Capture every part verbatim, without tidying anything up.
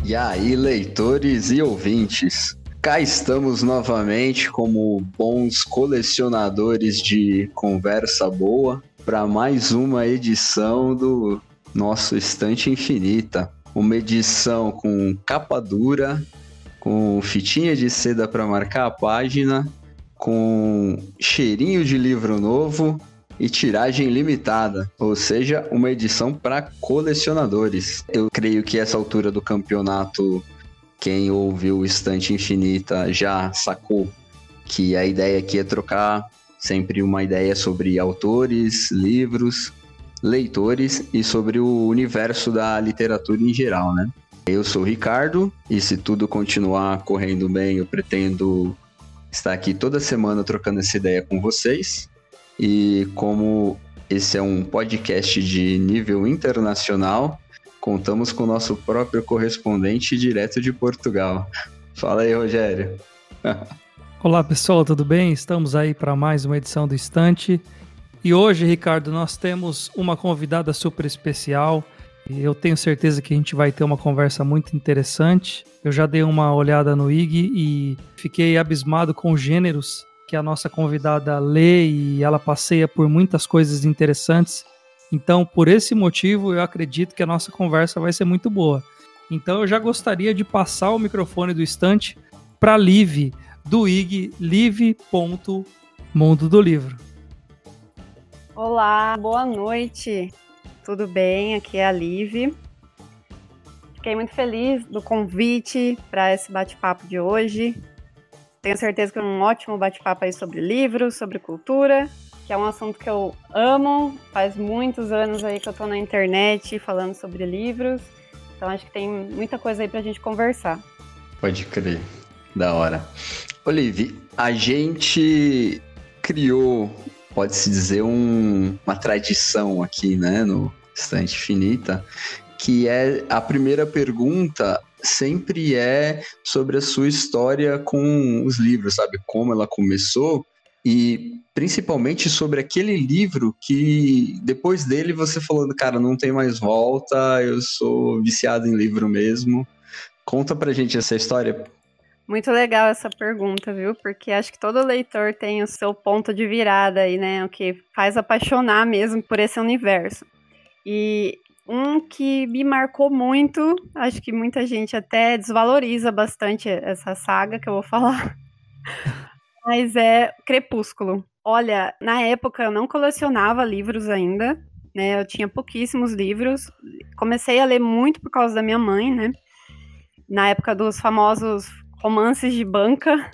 E aí, leitores e ouvintes, cá estamos novamente como bons colecionadores de conversa boa para mais uma edição do nosso Estante Infinita. Uma edição com capa dura, com fitinha de seda para marcar a página, com cheirinho de livro novo e tiragem limitada, ou seja, uma edição para colecionadores. Eu creio que essa altura do campeonato, quem ouviu o Estante Infinita já sacou que a ideia aqui é trocar sempre uma ideia sobre autores, livros, leitores e sobre o universo da literatura em geral, né? Eu sou o Ricardo e se tudo continuar correndo bem, eu pretendo estar aqui toda semana trocando essa ideia com vocês. E como esse é um podcast de nível internacional, contamos com o nosso próprio correspondente direto de Portugal. Fala aí, Rogério. Olá, pessoal, tudo bem? Estamos aí para mais uma edição do Estante. E hoje, Ricardo, nós temos uma convidada super especial. E eu tenho certeza que a gente vai ter uma conversa muito interessante. Eu já dei uma olhada no I G e fiquei abismado com os gêneros que a nossa convidada lê e ela passeia por muitas coisas interessantes. Então, por esse motivo, eu acredito que a nossa conversa vai ser muito boa. Então, eu já gostaria de passar o microfone do Estante para a Liv, do I G, liv ponto mundo do livro. Olá, boa noite. Tudo bem? Aqui é a Liv. Fiquei muito feliz do convite para esse bate-papo de hoje. Tenho certeza que é um ótimo bate-papo aí sobre livros, sobre cultura, que é um assunto que eu amo. Faz muitos anos aí que eu tô na internet falando sobre livros. Então acho que tem muita coisa aí pra gente conversar. Pode crer. Da hora. Olive, a gente criou, pode-se dizer, um, uma tradição aqui, né, no Estante Infinita, que é a primeira pergunta sempre é sobre a sua história com os livros, sabe? Como ela começou e principalmente sobre aquele livro que depois dele você falou, cara, não tem mais volta, eu sou viciado em livro mesmo. Conta pra gente essa história. Muito legal essa pergunta, viu? Porque acho que todo leitor tem o seu ponto de virada aí, né? O que faz apaixonar mesmo por esse universo. E um que me marcou muito, acho que muita gente até desvaloriza bastante essa saga que eu vou falar, mas é Crepúsculo. Olha, na época eu não colecionava livros ainda, né? Eu tinha pouquíssimos livros. Comecei a ler muito por causa da minha mãe, né? Na época dos famosos romances de banca.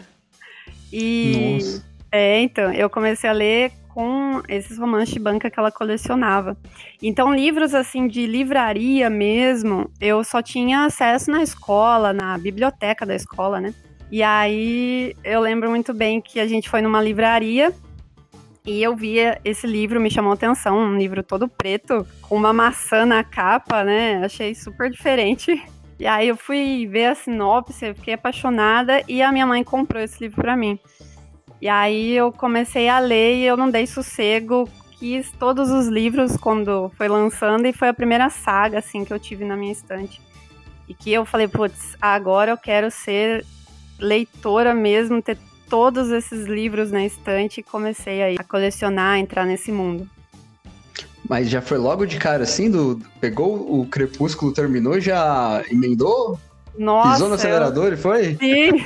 E Nossa. É, então, eu comecei a ler com esses romances de banca que ela colecionava. Então, livros, assim, de livraria mesmo, eu só tinha acesso na escola, na biblioteca da escola, né? E aí, eu lembro muito bem que a gente foi numa livraria e eu via esse livro, me chamou a atenção, um livro todo preto, com uma maçã na capa, né? Achei super diferente. E aí, eu fui ver a sinopse, eu fiquei apaixonada e a minha mãe comprou esse livro pra mim. E aí eu comecei a ler e eu não dei sossego, quis todos os livros quando foi lançando e foi a primeira saga, assim, que eu tive na minha estante. E que eu falei, putz, agora eu quero ser leitora mesmo, ter todos esses livros na estante e comecei aí a colecionar, a entrar nesse mundo. Mas já foi logo de cara assim, do, pegou o Crepúsculo, terminou, já emendou? Nossa, pisou no acelerador eu... e foi? Sim,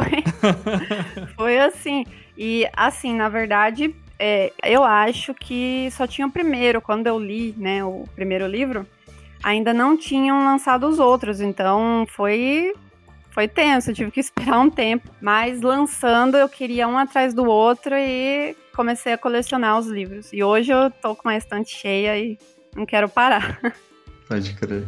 foi. Foi assim. E assim, na verdade, é, eu acho que só tinha o primeiro. Quando eu li, né, o primeiro livro, ainda não tinham lançado os outros. Então foi, foi tenso, eu tive que esperar um tempo. Mas lançando, eu queria um atrás do outro e comecei a colecionar os livros. E hoje eu tô com uma estante cheia e não quero parar. Pode crer.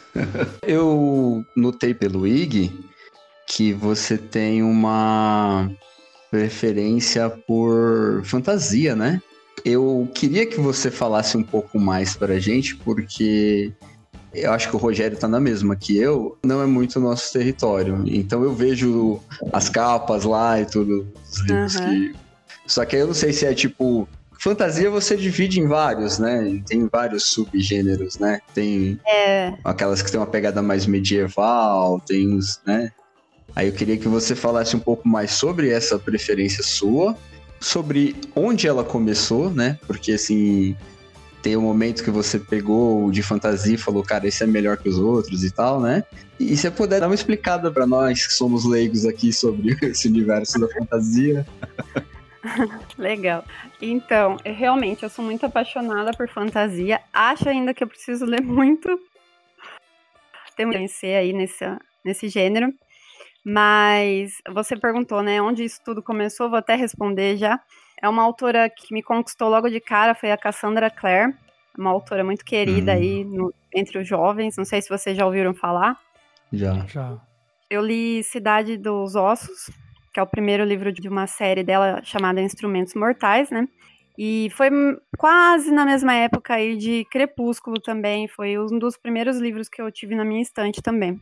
Eu notei pelo I G que você tem uma preferência por fantasia, né? Eu queria que você falasse um pouco mais pra gente, porque eu acho que o Rogério tá na mesma que eu, não é muito nosso território. Então eu vejo as capas lá e tudo, os livros Uhum. que... Só que aí eu não sei se é tipo fantasia você divide em vários, né? Tem vários subgêneros, né? Tem É, aquelas que tem uma pegada mais medieval, tem os, né? Aí eu queria que você falasse um pouco mais sobre essa preferência sua, sobre onde ela começou, né? Porque, assim, tem um momento que você pegou o de fantasia e falou, cara, esse é melhor que os outros e tal, né? E se você puder dar uma explicada pra nós, que somos leigos aqui, sobre esse universo da fantasia. legal. Então, eu, realmente, eu sou muito apaixonada por fantasia. Acho ainda que eu preciso ler muito. Tem muito a conhecer aí nesse, nesse gênero. Mas você perguntou, né, onde isso tudo começou, vou até responder já. É uma autora que me conquistou logo de cara, foi a Cassandra Clare, uma autora muito querida hum. aí no, entre os jovens, não sei se vocês já ouviram falar. Já. Já. Eu li Cidade dos Ossos, que é o primeiro livro de uma série dela chamada Instrumentos Mortais, né? E foi quase na mesma época aí de Crepúsculo também, foi um dos primeiros livros que eu tive na minha estante também.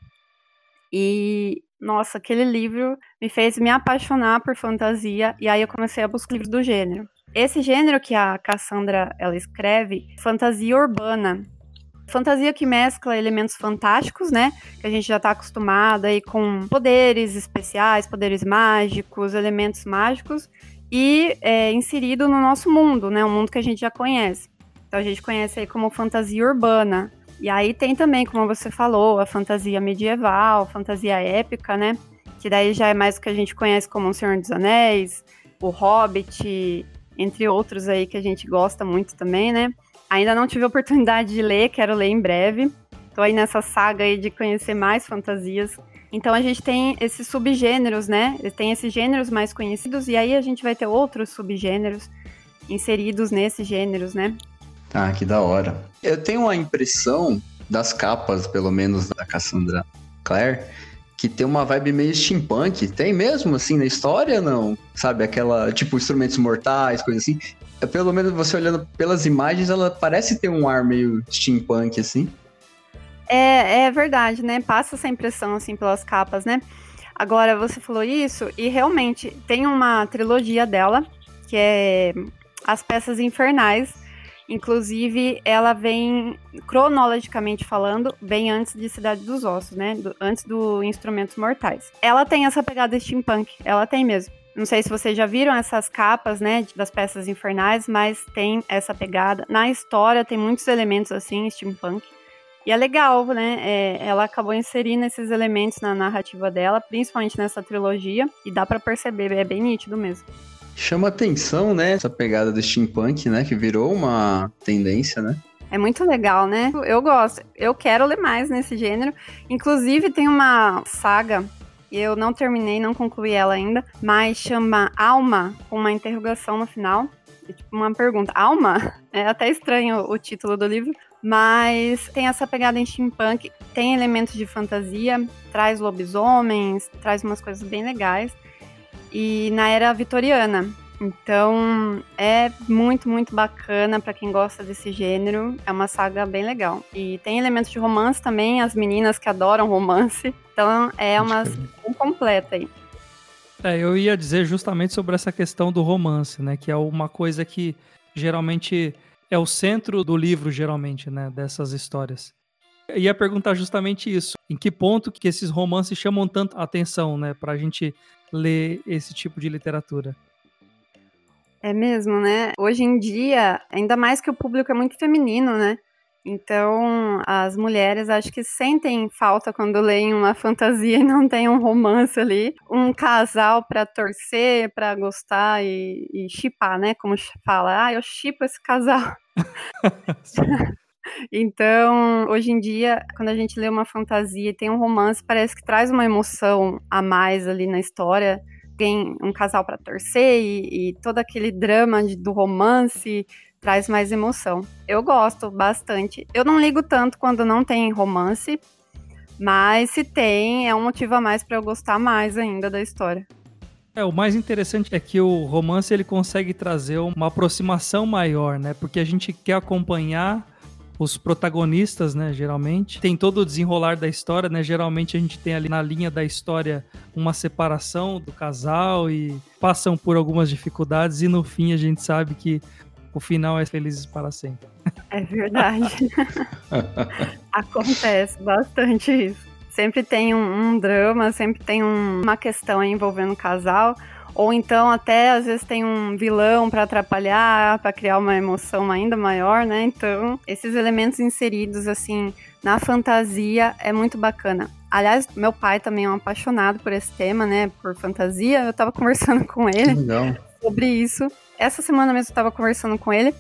E, nossa, aquele livro me fez me apaixonar por fantasia, e aí eu comecei a buscar livros do gênero. Esse gênero que a Cassandra, ela escreve, fantasia urbana. Fantasia que mescla elementos fantásticos, né, que a gente já está acostumado aí com poderes especiais, poderes mágicos, elementos mágicos, e é, inserido no nosso mundo, né, um mundo que a gente já conhece. Então a gente conhece aí como fantasia urbana. E aí tem também, como você falou, a fantasia medieval, fantasia épica, né? Que daí já é mais o que a gente conhece como O Senhor dos Anéis, O Hobbit, entre outros aí que a gente gosta muito também, né? Ainda não tive a oportunidade de ler, quero ler em breve. Tô aí nessa saga aí de conhecer mais fantasias. Então a gente tem esses subgêneros, né? Tem esses gêneros mais conhecidos e aí a gente vai ter outros subgêneros inseridos nesses gêneros, né? Ah, que da hora. Eu tenho a impressão das capas, pelo menos da Cassandra Clare, que tem uma vibe meio steampunk. Tem mesmo, assim, na história, não? Sabe, aquela, tipo, instrumentos mortais, coisa assim. Pelo menos você olhando pelas imagens, ela parece ter um ar meio steampunk, assim. É, é verdade, né? Passa essa impressão, assim, pelas capas, né? Agora, você falou isso, e realmente tem uma trilogia dela, que é As Peças Infernais. Inclusive, ela vem, cronologicamente falando, bem antes de Cidade dos Ossos, né? Do, antes do Instrumentos Mortais. Ela tem essa pegada steampunk, ela tem mesmo. Não sei se vocês já viram essas capas, né, das Peças Infernais, mas tem essa pegada. Na história tem muitos elementos assim, steampunk. E é legal, né? É, ela acabou inserindo esses elementos na narrativa dela, principalmente nessa trilogia, e dá pra perceber, é bem nítido mesmo. Chama atenção, né, essa pegada do steampunk, né, que virou uma tendência, né? É muito legal, né? Eu gosto. Eu quero ler mais nesse gênero. Inclusive, tem uma saga, eu não terminei, não concluí ela ainda, mas chama Alma, com uma interrogação no final. É tipo uma pergunta. Alma? É até estranho o título do livro, mas tem essa pegada em steampunk, tem elementos de fantasia, traz lobisomens, traz umas coisas bem legais. E na era vitoriana. Então, é muito, muito bacana pra quem gosta desse gênero. É uma saga bem legal. E tem elementos de romance também, as meninas que adoram romance. Então, é uma bem completa aí. É, eu ia dizer justamente sobre essa questão do romance, né? Que é uma coisa que geralmente é o centro do livro, geralmente, né? Dessas histórias. Eu ia perguntar justamente isso. Em que ponto que esses romances chamam tanto a atenção, né? Pra gente ler esse tipo de literatura. É mesmo, né? Hoje em dia, ainda mais que o público é muito feminino, né? Então, as mulheres acho que sentem falta quando leem uma fantasia e não tem um romance ali. Um casal pra torcer, pra gostar e, e shippar, né? Como fala, ah, eu shippo esse casal. Então, hoje em dia, quando a gente lê uma fantasia e tem um romance, parece que traz uma emoção a mais ali na história. Tem um casal para torcer e, e todo aquele drama de, do romance traz mais emoção. Eu gosto bastante. Eu não ligo tanto quando não tem romance, mas se tem, é um motivo a mais para eu gostar mais ainda da história. É, o mais interessante é que o romance ele consegue trazer uma aproximação maior, né? Porque a gente quer acompanhar os protagonistas, né, geralmente. Tem todo o desenrolar da história, né? Geralmente a gente tem ali na linha da história uma separação do casal e passam por algumas dificuldades e no fim a gente sabe que o final é felizes para sempre. É verdade. Acontece bastante isso. Sempre tem um, um drama, sempre tem um, uma questão envolvendo o casal. Ou então até às vezes tem um vilão para atrapalhar, para criar uma emoção ainda maior, né? Então, esses elementos inseridos assim na fantasia é muito bacana. Aliás, meu pai também é um apaixonado por esse tema, né? Por fantasia. Eu tava conversando com ele Legal. sobre isso. Essa semana mesmo eu tava conversando com ele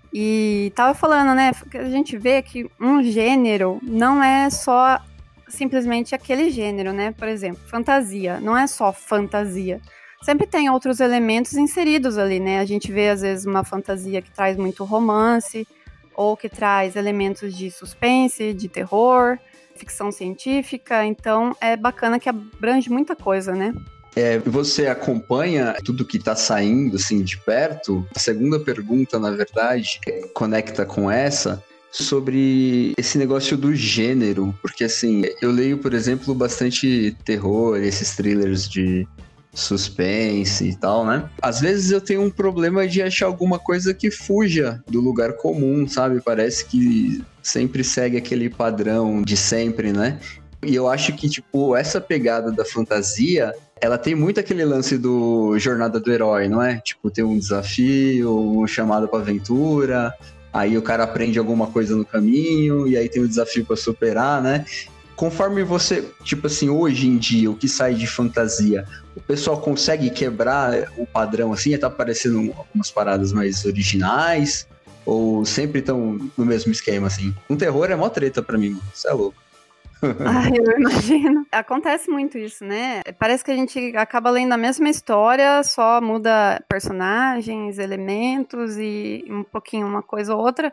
e tava falando, né? Que a gente vê que um gênero não é só simplesmente aquele gênero, né? Por exemplo, fantasia. Não é só fantasia. Sempre tem outros elementos inseridos ali, né? A gente vê, às vezes, uma fantasia que traz muito romance, ou que traz elementos de suspense, de terror, ficção científica. Então, é bacana que abrange muita coisa, né? É, você acompanha tudo que tá saindo, assim, de perto? A segunda pergunta, na verdade, conecta com essa, sobre esse negócio do gênero. Porque, assim, eu leio, por exemplo, bastante terror, esses thrillers de suspense e tal, né? Às vezes eu tenho um problema de achar alguma coisa que fuja do lugar comum, sabe? Parece que sempre segue aquele padrão de sempre, né? E eu acho que, tipo, essa pegada da fantasia, ela tem muito aquele lance do jornada do herói, não é? Tipo, tem um desafio, um chamado pra aventura, aí o cara aprende alguma coisa no caminho, e aí tem um desafio pra superar, né? Conforme você, tipo assim, hoje em dia, o que sai de fantasia, o pessoal consegue quebrar o padrão, assim, tá aparecendo algumas paradas mais originais, ou sempre estão no mesmo esquema, assim? Um terror é mó treta pra mim, isso é louco. Ai, eu imagino. Acontece muito isso, né? Parece que a gente acaba lendo a mesma história, só muda personagens, elementos e um pouquinho uma coisa ou outra,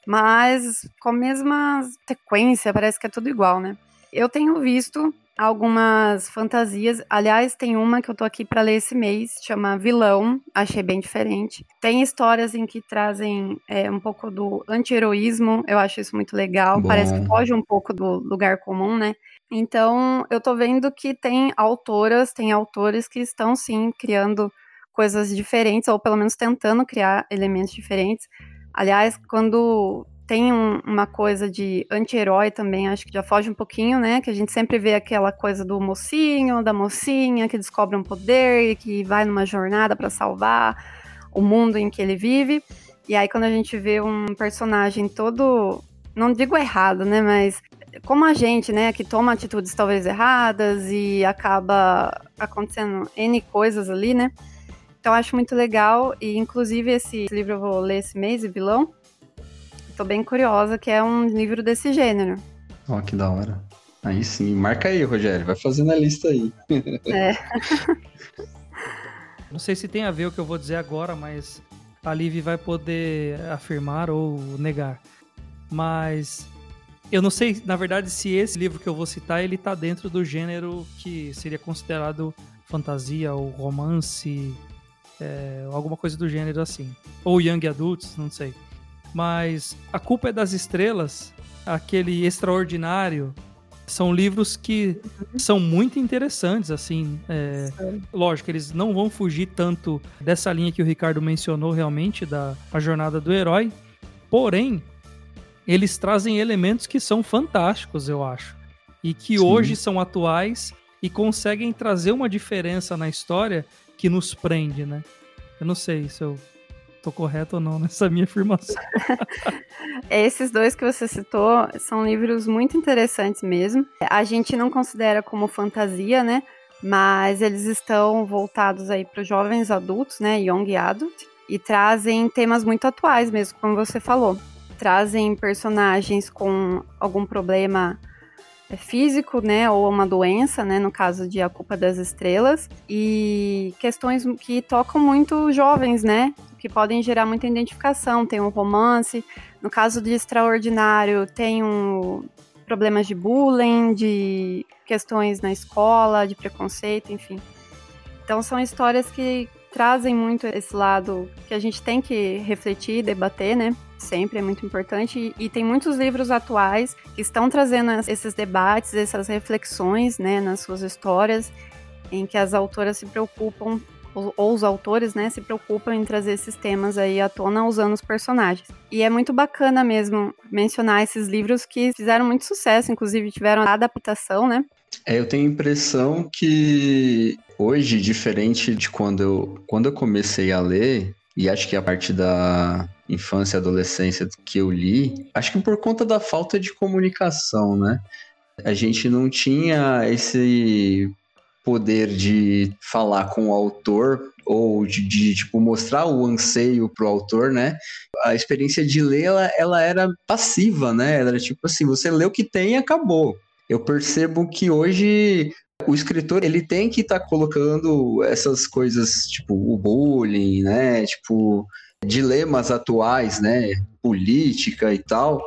mas com a mesma sequência, parece que é tudo igual, né? Eu tenho visto algumas fantasias, aliás, tem uma que eu tô aqui para ler esse mês, chama Vilão, achei bem diferente. Tem histórias em que trazem é, um pouco do anti-heroísmo, eu acho isso muito legal, Bom. Parece que foge um pouco do lugar comum, né? Então, eu tô vendo que tem autoras, tem autores que estão, sim, criando coisas diferentes, ou pelo menos tentando criar elementos diferentes. Aliás, quando tem um, uma coisa de anti-herói também, acho que já foge um pouquinho, né? Que a gente sempre vê aquela coisa do mocinho, da mocinha, que descobre um poder e que vai numa jornada para salvar o mundo em que ele vive. E aí, quando a gente vê um personagem todo, não digo errado, né? Mas como a gente, né? Que toma atitudes talvez erradas e acaba acontecendo N coisas ali, né? Então, eu acho muito legal. E, inclusive, esse livro eu vou ler esse mês, Vilão. Tô bem curiosa, que é um livro desse gênero. Ó, que da hora. Aí sim, marca aí, Rogério, vai fazendo a lista aí. É. Não sei se tem a ver o que eu vou dizer agora, mas a Liv vai poder afirmar ou negar. Mas eu não sei, na verdade, se esse livro que eu vou citar, ele tá dentro do gênero que seria considerado fantasia ou romance, é, alguma coisa do gênero assim. Ou young adults, não sei. Mas A Culpa é das Estrelas, aquele Extraordinário, são livros que são muito interessantes, assim. É, lógico, eles não vão fugir tanto dessa linha que o Ricardo mencionou realmente, da a jornada do herói. Porém, eles trazem elementos que são fantásticos, eu acho. E que Sim. hoje são atuais e conseguem trazer uma diferença na história que nos prende, né? Eu não sei se eu tô correto ou não nessa minha afirmação. Esses dois que você citou são livros muito interessantes mesmo. A gente não considera como fantasia, né? Mas eles estão voltados aí para os jovens adultos, né? Young Adult. E trazem temas muito atuais mesmo, como você falou. Trazem personagens com algum problema físico, né, ou uma doença, né, no caso de A Culpa das Estrelas, e questões que tocam muito jovens, né, que podem gerar muita identificação. Tem um romance, no caso de Extraordinário, tem um problemas de bullying, de questões na escola, de preconceito, enfim. Então são histórias que trazem muito esse lado que a gente tem que refletir, debater, né? Sempre é muito importante. E, e tem muitos livros atuais que estão trazendo esses debates, essas reflexões, né, nas suas histórias, em que as autoras se preocupam ou, ou os autores, né, se preocupam em trazer esses temas aí à tona usando os personagens. E é muito bacana mesmo mencionar esses livros que fizeram muito sucesso, inclusive tiveram adaptação, né? É, eu tenho a impressão que hoje, diferente de quando eu, quando eu comecei a ler, e acho que a parte da infância e adolescência que eu li, acho que por conta da falta de comunicação, né? A gente não tinha esse poder de falar com o autor ou de, de tipo, mostrar o anseio pro autor, né? A experiência de ler, ela, ela era passiva, né? Ela era tipo assim, você lê o que tem e acabou. Eu percebo que hoje o escritor, ele tem que estar tá colocando essas coisas, tipo, o bullying, né? Tipo, dilemas atuais, né? Política e tal,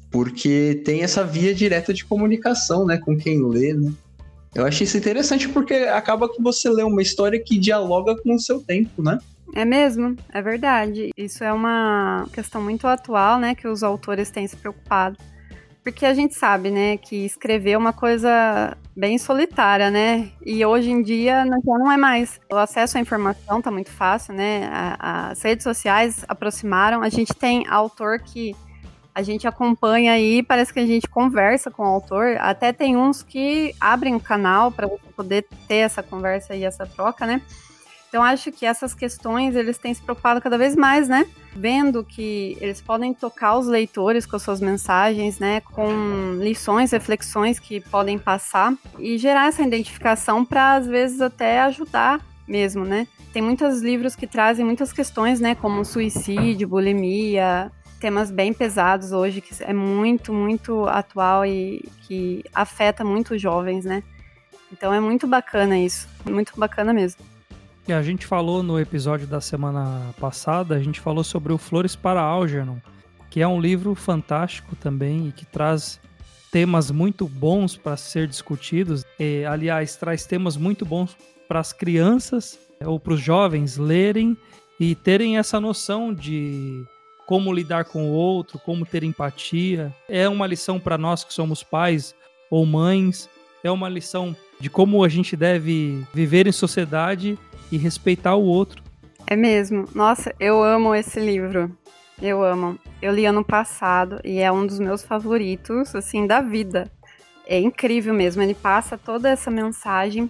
porque tem essa via direta de comunicação, né? Com quem lê, né? Eu acho isso interessante porque acaba que você lê uma história que dialoga com o seu tempo, né? É mesmo, é verdade. Isso é uma questão muito atual, né? Que os autores têm se preocupado. Porque a gente sabe, né, que escrever é uma coisa bem solitária, né? E hoje em dia já não é mais. O acesso à informação tá muito fácil, né? A, as redes sociais aproximaram. A gente tem autor que a gente acompanha aí, parece que a gente conversa com o autor. Até tem uns que abrem um canal para você poder ter essa conversa e essa troca, né? Então, acho que essas questões, eles têm se preocupado cada vez mais, né? Vendo que eles podem tocar os leitores com as suas mensagens, né? Com lições, reflexões que podem passar e gerar essa identificação para, às vezes, até ajudar mesmo, né? Tem muitos livros que trazem muitas questões, né? Como suicídio, bulimia, temas bem pesados hoje, que é muito, muito atual e que afeta muito os jovens, né? Então, é muito bacana isso. Muito bacana mesmo. E a gente falou no episódio da semana passada, a gente falou sobre o Flores para Algernon, que é um livro fantástico também e que traz temas muito bons para ser discutidos. E, aliás, traz temas muito bons para as crianças ou para os jovens lerem e terem essa noção de como lidar com o outro, como ter empatia. É uma lição para nós que somos pais ou mães, é uma lição de como a gente deve viver em sociedade e respeitar o outro. É mesmo. Nossa, eu amo esse livro. Eu amo. Eu li ano passado e é um dos meus favoritos, assim, da vida. É incrível mesmo. Ele passa toda essa mensagem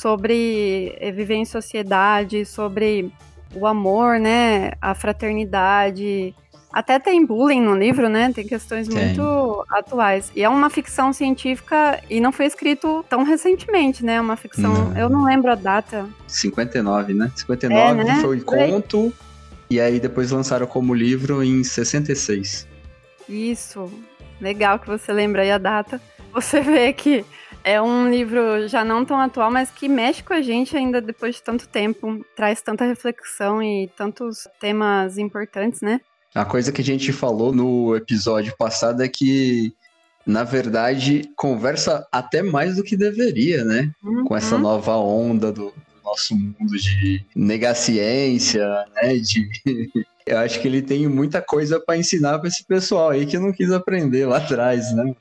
sobre viver em sociedade, sobre o amor, né? A fraternidade. Até tem bullying no livro, né? Tem questões tem. muito atuais. E é uma ficção científica e não foi escrito tão recentemente, né? Uma ficção... Não. Eu não lembro a data. cinquenta e nove, né? cinquenta e nove é, né? Foi conto e aí depois lançaram como livro em sessenta e seis. Isso. Legal que você lembra aí a data. Você vê que é um livro já não tão atual, mas que mexe com a gente ainda depois de tanto tempo. Traz tanta reflexão e tantos temas importantes, né? A coisa que a gente falou no episódio passado é que, na verdade, conversa até mais do que deveria, né? Uhum. Com essa nova onda do, do nosso mundo de negaciência, né? De... Eu acho que ele tem muita coisa para ensinar para esse pessoal aí que não quis aprender lá atrás, né?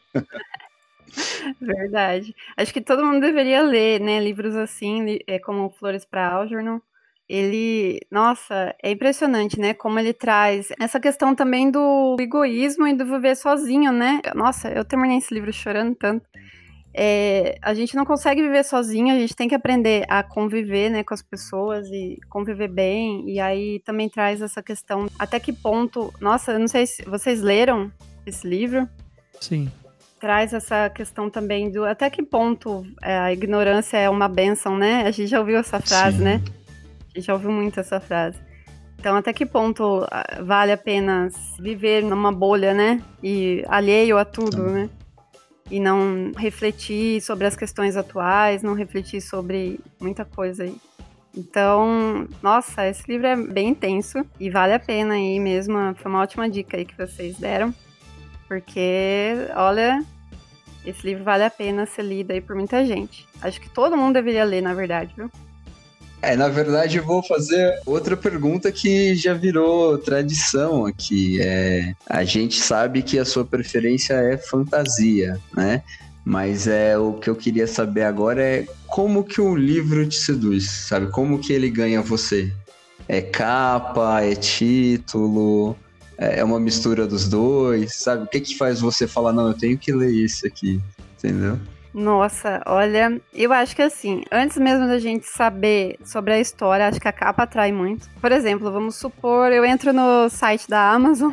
Verdade. Acho que todo mundo deveria ler, né? Livros assim, como Flores para Algernon. Ele, nossa, é impressionante, né, como ele traz essa questão também do egoísmo e do viver sozinho, né, nossa, eu terminei esse livro chorando tanto, é, a gente não consegue viver sozinho, a gente tem que aprender a conviver, né, com as pessoas e conviver bem, e aí também traz essa questão, até que ponto, nossa, eu não sei se vocês leram esse livro? Sim. Traz essa questão também do, até que ponto é, a ignorância é uma bênção, né, a gente já ouviu essa frase, Sim. né? Já ouviu muito essa frase. Então, até que ponto vale a pena viver numa bolha, né? E alheio a tudo, né? E não refletir sobre as questões atuais, não refletir sobre muita coisa aí. Então, nossa, esse livro é bem intenso e vale a pena aí mesmo. Foi uma ótima dica aí que vocês deram. Porque, olha, esse livro vale a pena ser lido aí por muita gente. Acho que todo mundo deveria ler, na verdade, viu? É, na verdade, eu vou fazer outra pergunta que já virou tradição aqui. É, a gente sabe que a sua preferência é fantasia, né? Mas é, o que eu queria saber agora é como que um livro te seduz, sabe? Como que ele ganha você? É capa, é título, é uma mistura dos dois, sabe? O que que faz você falar, não, eu tenho que ler isso aqui, entendeu? Nossa, olha, eu acho que assim, antes mesmo da gente saber sobre a história, acho que a capa atrai muito. Por exemplo, vamos supor, eu entro no site da Amazon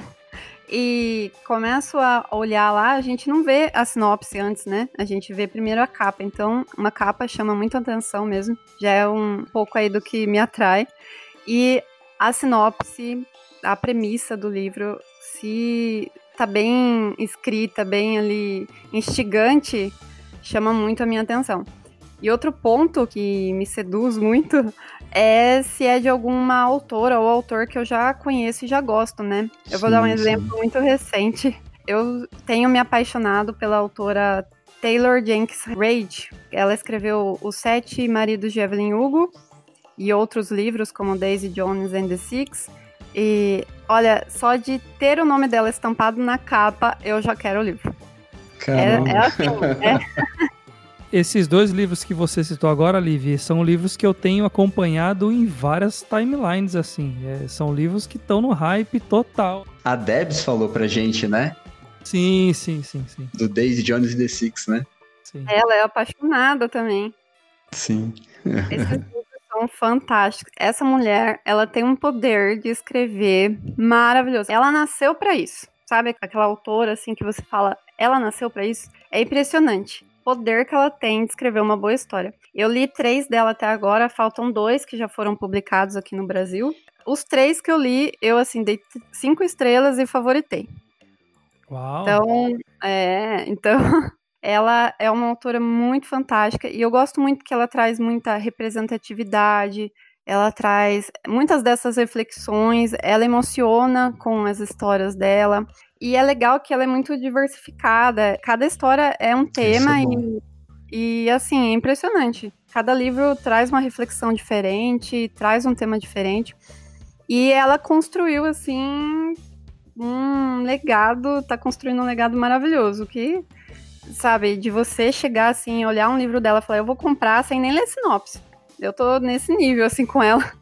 e começo a olhar lá, a gente não vê a sinopse antes, né? A gente vê primeiro a capa, então uma capa chama muito atenção mesmo, já é um pouco aí do que me atrai. E a sinopse, a premissa do livro, se tá bem escrita, bem ali instigante, chama muito a minha atenção. E outro ponto que me seduz muito é se é de alguma autora ou autor que eu já conheço e já gosto, né? Eu vou sim, dar um exemplo sim. muito recente. Eu tenho me apaixonado pela autora Taylor Jenkins Reid. Ela escreveu Os Sete Maridos de Evelyn Hugo e outros livros como Daisy Jones and the Six. E, olha, só de ter o nome dela estampado na capa, eu já quero o livro. Caramba. É, é assim, é. Esses dois livros que você citou agora, Livi, são livros que eu tenho acompanhado em várias timelines, assim. É, são livros que estão no hype total. A Debs falou pra gente, né? Sim, sim, sim, sim. Do Daisy Jones and the Six, né? Sim. Ela é apaixonada também. Sim. Esses livros são fantásticos. Essa mulher, ela tem um poder de escrever maravilhoso. Ela nasceu pra isso. Sabe aquela autora, assim, que você fala, ela nasceu pra isso? É impressionante. O poder que ela tem de escrever uma boa história. Eu li três dela até agora, faltam dois que já foram publicados aqui no Brasil. Os três que eu li, eu, assim, dei cinco estrelas e favoritei. Uau! Então, é... Então, ela é uma autora muito fantástica e eu gosto muito que ela traz muita representatividade, ela traz muitas dessas reflexões, ela emociona com as histórias dela. E é legal que ela é muito diversificada. Cada história é um tema é e, e, assim, é impressionante. Cada livro traz uma reflexão diferente, traz um tema diferente. E ela construiu, assim, um legado, tá construindo um legado maravilhoso. Que, sabe, de você chegar, assim, olhar um livro dela e falar, eu vou comprar sem nem ler sinopse. Eu tô nesse nível, assim, com ela.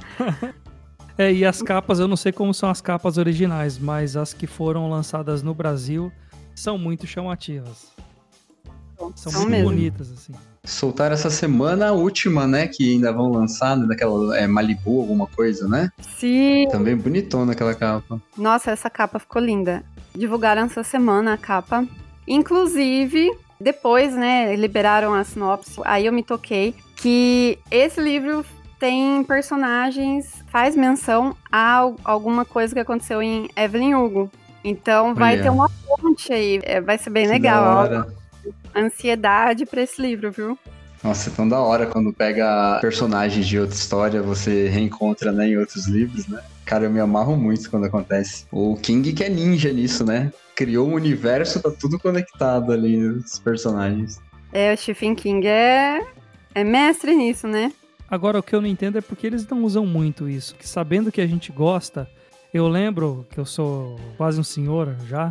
É, e as capas, eu não sei como são as capas originais, mas as que foram lançadas no Brasil são muito chamativas. São, são muito mesmo. Bonitas, assim. Soltaram essa semana a última, né, que ainda vão lançar, né, daquela é, Malibu, alguma coisa, né? Sim. Também bonitona aquela capa. Nossa, essa capa ficou linda. Divulgaram essa semana a capa. Inclusive, depois, né, liberaram a sinopse, aí eu me toquei que esse livro tem personagens, faz menção a alguma coisa que aconteceu em Evelyn Hugo. Então vai Olha. ter uma ponte aí, vai ser bem que legal. Ansiedade pra esse livro, viu? Nossa, é tão da hora quando pega personagens de outra história, você reencontra, né, em outros livros, né? Cara, eu me amarro muito quando acontece. O King que é ninja nisso, né? Criou um universo, tá tudo conectado ali, os personagens. É, o Stephen King é, é mestre nisso, né? Agora, o que eu não entendo é porque eles não usam muito isso. Que sabendo que a gente gosta, eu lembro que eu sou quase um senhor já.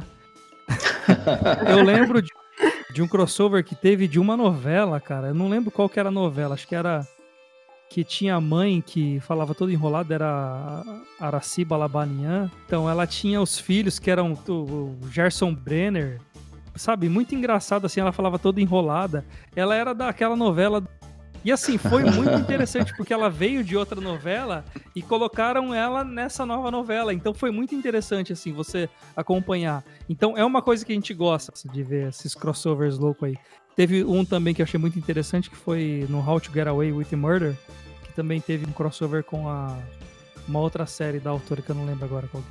Eu lembro de, de um crossover que teve de uma novela, cara. Eu não lembro qual que era a novela. Acho que era que tinha a mãe que falava todo enrolado, era a Araciba Labanian. Então ela tinha os filhos que eram o Gerson Brenner. Sabe, muito engraçado assim, ela falava toda enrolada. Ela era daquela novela. E assim, foi muito interessante, porque ela veio de outra novela e colocaram ela nessa nova novela. Então foi muito interessante, assim, você acompanhar. Então é uma coisa que a gente gosta de ver, esses crossovers loucos aí. Teve um também que eu achei muito interessante, que foi no How to Get Away with Murder, que também teve um crossover com a, uma outra série da autora, que eu não lembro agora qual que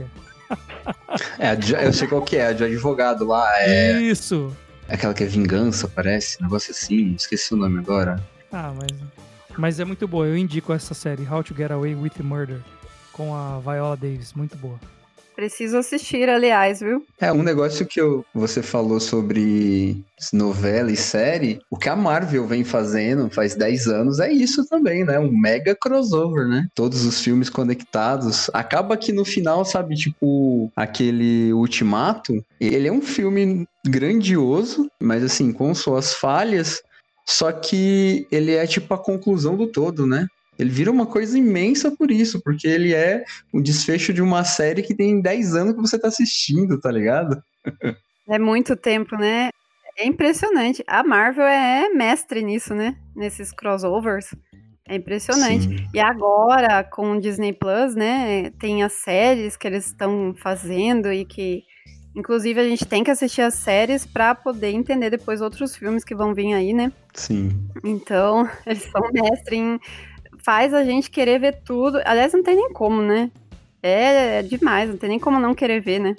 é. É, eu sei qual que é, a de advogado lá. É... Isso! Aquela que é Vingança, parece, um negócio assim, esqueci o nome agora. Ah, mas, mas é muito boa. Eu indico essa série, How to Get Away with Murder, com a Viola Davis. Muito boa. Preciso assistir, aliás, viu? É, um negócio que eu, você falou sobre novela e série, o que a Marvel vem fazendo faz dez anos é isso também, né? Um mega crossover, né? Todos os filmes conectados. Acaba que no final, sabe, tipo, aquele Ultimato, ele é um filme grandioso, mas assim, com suas falhas, Só que ele é tipo a conclusão do todo, né? Ele vira uma coisa imensa por isso, porque ele é um desfecho de uma série que tem dez anos que você tá assistindo, tá ligado? É muito tempo, né? É impressionante. A Marvel é mestre nisso, né? Nesses crossovers. É impressionante. Sim. E agora, com o Disney Plus, né? Tem as séries que eles estão fazendo e que, inclusive, a gente tem que assistir as séries para poder entender depois outros filmes que vão vir aí, né? Sim. Então, eles são mestre em... Faz a gente querer ver tudo. Aliás, não tem nem como, né? É, é demais, não tem nem como não querer ver, né?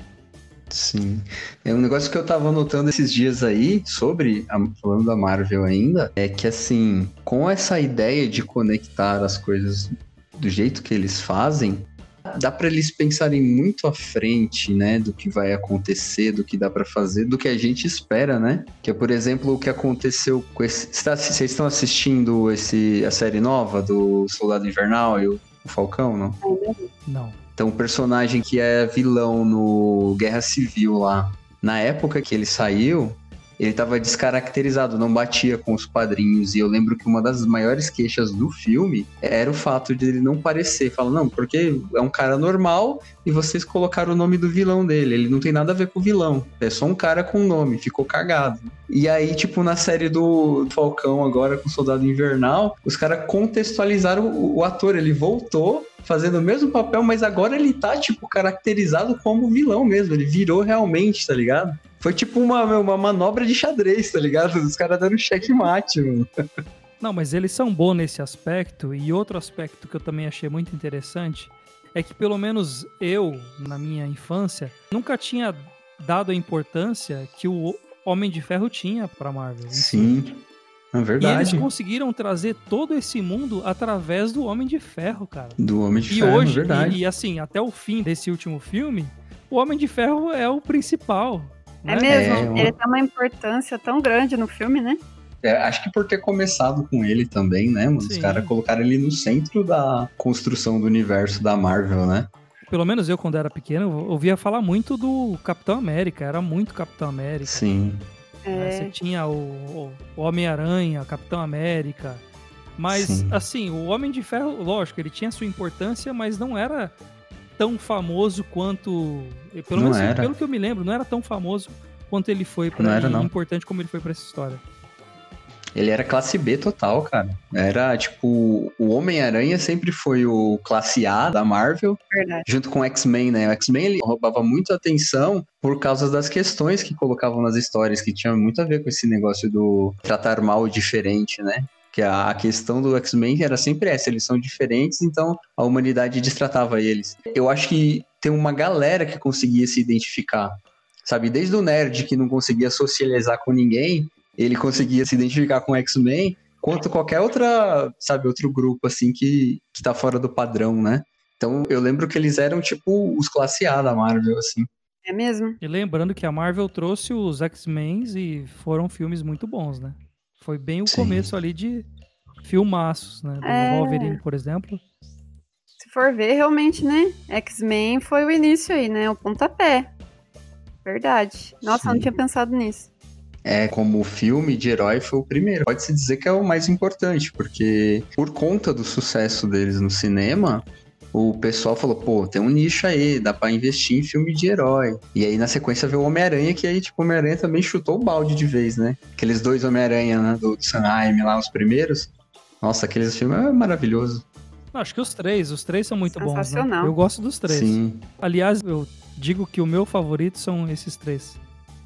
Sim. É um negócio que eu tava notando esses dias aí, sobre, a, falando da Marvel ainda, é que assim, com essa ideia de conectar as coisas do jeito que eles fazem, dá pra eles pensarem muito à frente, né, do que vai acontecer, do que dá pra fazer, do que a gente espera, né? Que é, por exemplo, o que aconteceu com esse... Vocês estão assistindo esse, a série nova do Soldado Invernal e o Falcão, não? Não. Então, o personagem que é vilão no Guerra Civil lá, na época que ele saiu, ele tava descaracterizado, não batia com os quadrinhos. E eu lembro que uma das maiores queixas do filme era o fato de ele não parecer. Fala, não, porque é um cara normal e vocês colocaram o nome do vilão dele. Ele não tem nada a ver com o vilão. É só um cara com nome, ficou cagado. E aí, tipo, na série do Falcão agora, com o Soldado Invernal, os caras contextualizaram o, o ator. Ele voltou fazendo o mesmo papel, mas agora ele tá, tipo, caracterizado como vilão mesmo. Ele virou realmente, tá ligado? Foi tipo uma, uma manobra de xadrez, tá ligado? Os caras dando checkmate, mano. Não, mas eles são bons nesse aspecto. E outro aspecto que eu também achei muito interessante é que, pelo menos eu, na minha infância, nunca tinha dado a importância que o Homem de Ferro tinha pra Marvel. Sim, é verdade. E eles conseguiram trazer todo esse mundo através do Homem de Ferro, cara. Do Homem de e Ferro, hoje, é verdade. E, e assim, até o fim desse último filme, o Homem de Ferro é o principal. É né? mesmo, É, uma... ele tem uma importância tão grande no filme, né? É, acho que por ter começado com ele também, né? Os Sim. caras colocaram ele no centro da construção do universo da Marvel, né? Pelo menos eu, quando era pequeno, eu ouvia falar muito do Capitão América. Era muito Capitão América. Sim. Né? Você tinha o, o Homem-Aranha, Capitão América. Mas, Sim. assim, o Homem de Ferro, lógico, ele tinha sua importância, mas não era tão famoso quanto... Pelo Não menos era. pelo que eu me lembro, não era tão famoso quanto ele foi pra Não era, e não. importante como ele foi pra essa história. Ele era classe B total, cara. Era, tipo, o Homem-Aranha sempre foi o classe A da Marvel. Verdade. Junto com o X-Men, né? O X-Men, ele roubava muito atenção por causa das questões que colocavam nas histórias, que tinha muito a ver com esse negócio do tratar mal o diferente, né? Que a, a questão do X-Men era sempre essa, eles são diferentes, então a humanidade destratava eles. Eu acho que tem uma galera que conseguia se identificar, sabe? Desde o nerd que não conseguia socializar com ninguém, ele conseguia se identificar com o X-Men, quanto qualquer outra, sabe, outro grupo, assim, que, que tá fora do padrão, né? Então, eu lembro que eles eram, tipo, os classe A da Marvel, assim. É mesmo? E lembrando que a Marvel trouxe os X-Men e foram filmes muito bons, né? Foi bem o Sim. começo ali de filmaços, né? Do É. Wolverine, por exemplo. Se for ver, realmente, né? X-Men foi o início aí, né? O pontapé. Verdade. Nossa, Sim. eu não tinha pensado nisso. É, como filme de herói foi o primeiro. Pode-se dizer que é o mais importante, porque por conta do sucesso deles no cinema, o pessoal falou, pô, tem um nicho aí, dá pra investir em filme de herói. E aí, na sequência, veio o Homem-Aranha, que aí, tipo, o Homem-Aranha também chutou o balde de vez, né? Aqueles dois Homem-Aranha, né, do Sanheim lá, os primeiros. Nossa, aqueles filmes é maravilhoso. Acho que os três, os três são muito bons, né? Sensacional. Eu gosto dos três. Sim, Aliás, eu digo que o meu favorito são esses três.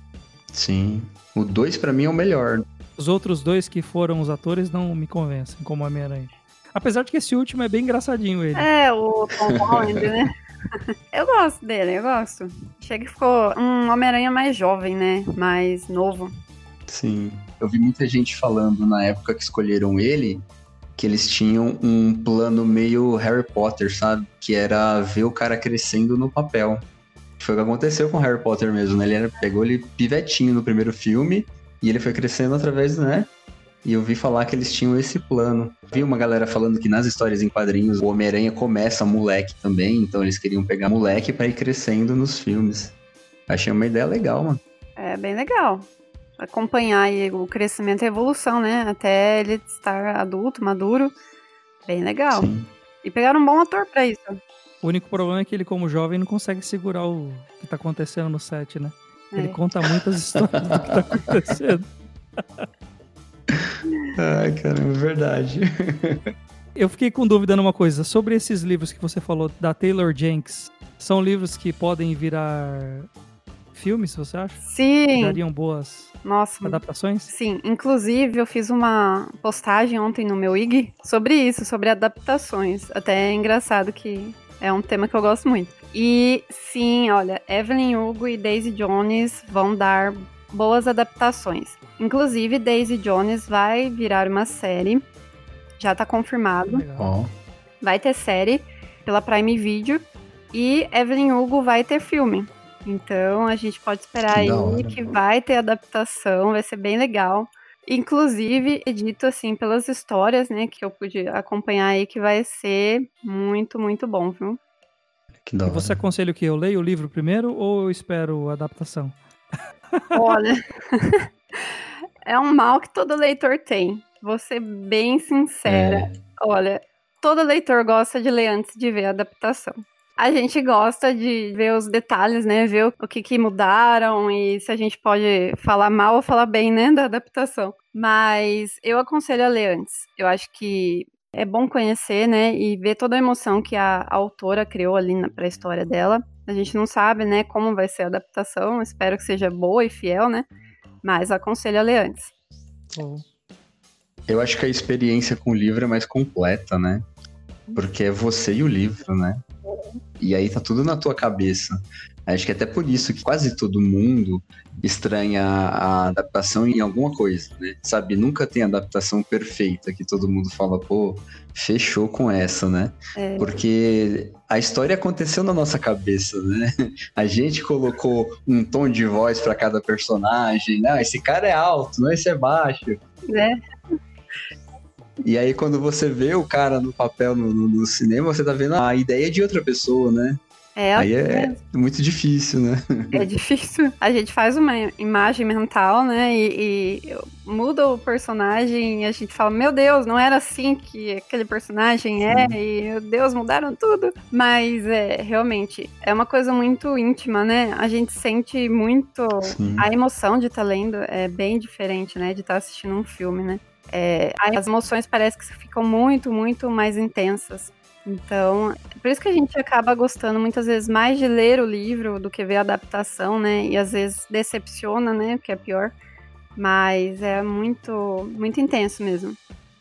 sim. O dois pra mim é o melhor. Os outros dois que foram os atores não me convencem como Homem-Aranha. Apesar de que esse último é bem engraçadinho ele. É, o Tom Holland, né? Eu gosto dele, eu gosto. Chega que ficou um Homem-Aranha mais jovem, né? Mais novo. Sim. Eu vi muita gente falando na época que escolheram ele, que eles tinham um plano meio Harry Potter, sabe? Que era ver o cara crescendo no papel. Foi o que aconteceu com Harry Potter mesmo, né? Ele era, pegou ele pivetinho no primeiro filme e ele foi crescendo através, né? E eu vi falar que eles tinham esse plano. Vi uma galera falando que nas histórias em quadrinhos o Homem-Aranha começa moleque também, então eles queriam pegar moleque pra ir crescendo nos filmes. Achei uma ideia legal, mano. É bem legal. acompanhar aí o crescimento e a evolução, né? Até ele estar adulto, maduro. Bem legal. Sim. E pegaram um bom ator pra isso. O único problema é que ele, como jovem, não consegue segurar o que tá acontecendo no set, né? Ele É. conta muitas histórias do que tá acontecendo. Ai, caramba, é verdade. Eu fiquei com dúvida numa coisa. Sobre esses livros que você falou, da Taylor Jenks, são livros que podem virar filmes, você acha? Sim. Dariam boas Nossa. adaptações? Sim. Inclusive, eu fiz uma postagem ontem no meu I G sobre isso, sobre adaptações. Até é engraçado que é um tema que eu gosto muito. E sim, olha, Evelyn Hugo e Daisy Jones vão dar boas adaptações. Inclusive, Daisy Jones vai virar uma série. Já tá confirmado. Legal. Vai ter série pela Prime Video. E Evelyn Hugo vai ter filme. Então, a gente pode esperar Que aí da hora. que vai ter adaptação. Vai ser bem legal. Inclusive, é dito assim, pelas histórias, né, que eu pude acompanhar aí, que vai ser muito, muito bom, viu? Que da E hora. você aconselha o quê? Eu leio o livro primeiro ou eu espero a adaptação? Olha, é um mal que todo leitor tem. Vou ser bem sincera. É, Olha, todo leitor gosta de ler antes de ver a adaptação. A gente gosta de ver os detalhes, né? Ver o que, que mudaram e se a gente pode falar mal ou falar bem, né? Da adaptação. Mas eu aconselho a ler antes. Eu acho que é bom conhecer, né? E ver toda a emoção que a, a autora criou ali na, pra história dela. A gente não sabe, né? Como vai ser a adaptação. Espero que seja boa e fiel, né? Mas aconselho a ler antes. Ou... eu acho que a experiência com o livro é mais completa, né? Porque é você e o livro, né? E aí tá tudo na tua cabeça. Acho que é até por isso que quase todo mundo estranha a adaptação em alguma coisa, né? Sabe, nunca tem adaptação perfeita que todo mundo fala, pô, fechou com essa, né? É. Porque a história aconteceu na nossa cabeça, né? A gente colocou um tom de voz pra cada personagem. Não, esse cara é alto, não, esse é baixo. Né? E aí, quando você vê o cara no papel no, no, no cinema, você tá vendo a ideia de outra pessoa, né? É, Aí é muito difícil, né? é difícil. A gente faz uma imagem mental, né? E, e muda o personagem e a gente fala, meu Deus, não era assim que aquele personagem é. Sim. E, meu Deus, mudaram tudo. Mas, é, realmente, é uma coisa muito íntima, né? A gente sente muito... Sim. A emoção de estar lendo é bem diferente, né? De estar assistindo um filme, né? É, as emoções parece que ficam muito, muito mais intensas. Então, por isso que a gente acaba gostando muitas vezes mais de ler o livro do que ver a adaptação, né? E às vezes decepciona, né? Que é pior. Mas é muito, muito intenso mesmo.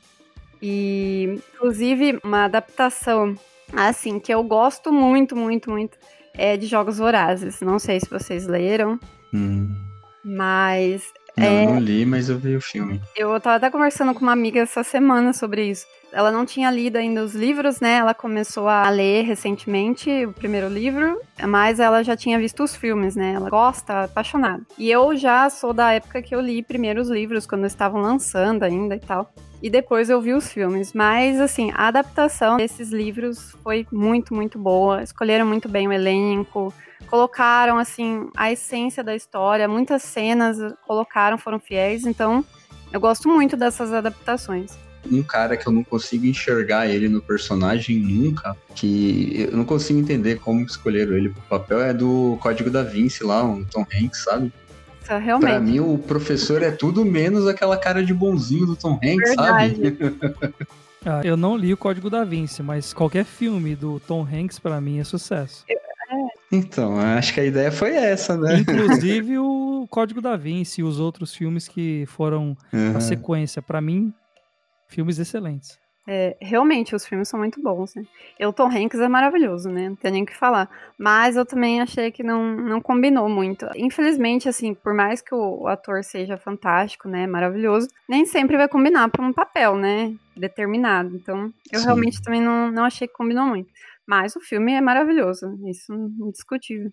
E, inclusive, uma adaptação, assim, que eu gosto muito, muito, muito, é de Jogos Vorazes. Não sei se vocês leram, Hum. mas... Não, é... eu não li, mas eu vi o filme. Eu tava até conversando com uma amiga essa semana sobre isso. Ela não tinha lido ainda os livros, né? Ela começou a ler recentemente o primeiro livro, mas ela já tinha visto os filmes, né? Ela gosta, apaixonada. E eu já sou da época que eu li primeiro os livros, quando estavam lançando ainda e tal. E depois eu vi os filmes. Mas, assim, a adaptação desses livros foi muito, muito boa. Escolheram muito bem o elenco. Colocaram, assim, a essência da história. Muitas cenas colocaram, foram fiéis. Então, eu gosto muito dessas adaptações. Um cara que eu não consigo enxergar ele no personagem nunca, que eu não consigo entender como escolheram ele pro papel, é do Código da Vinci lá, o Tom Hanks, sabe? Isso, realmente. Pra mim, o professor é tudo menos aquela cara de bonzinho do Tom Hanks, Verdade. sabe? Ah, eu não li o Código da Vinci, mas qualquer filme do Tom Hanks, pra mim, é sucesso. Então, acho que a ideia foi essa, né? Inclusive o Código da Vinci e os outros filmes que foram Uhum. a sequência. Pra mim, filmes excelentes. É, realmente, os filmes são muito bons, né? E o Tom Hanks é maravilhoso, né? Não tem nem o que falar. Mas eu também achei que não, não combinou muito. Infelizmente, assim, por mais que o, o ator seja fantástico, né? Maravilhoso, nem sempre vai combinar para um papel, né? Determinado. Então, eu Sim. realmente também não, não achei que combinou muito. Mas o filme é maravilhoso. Isso é indiscutível.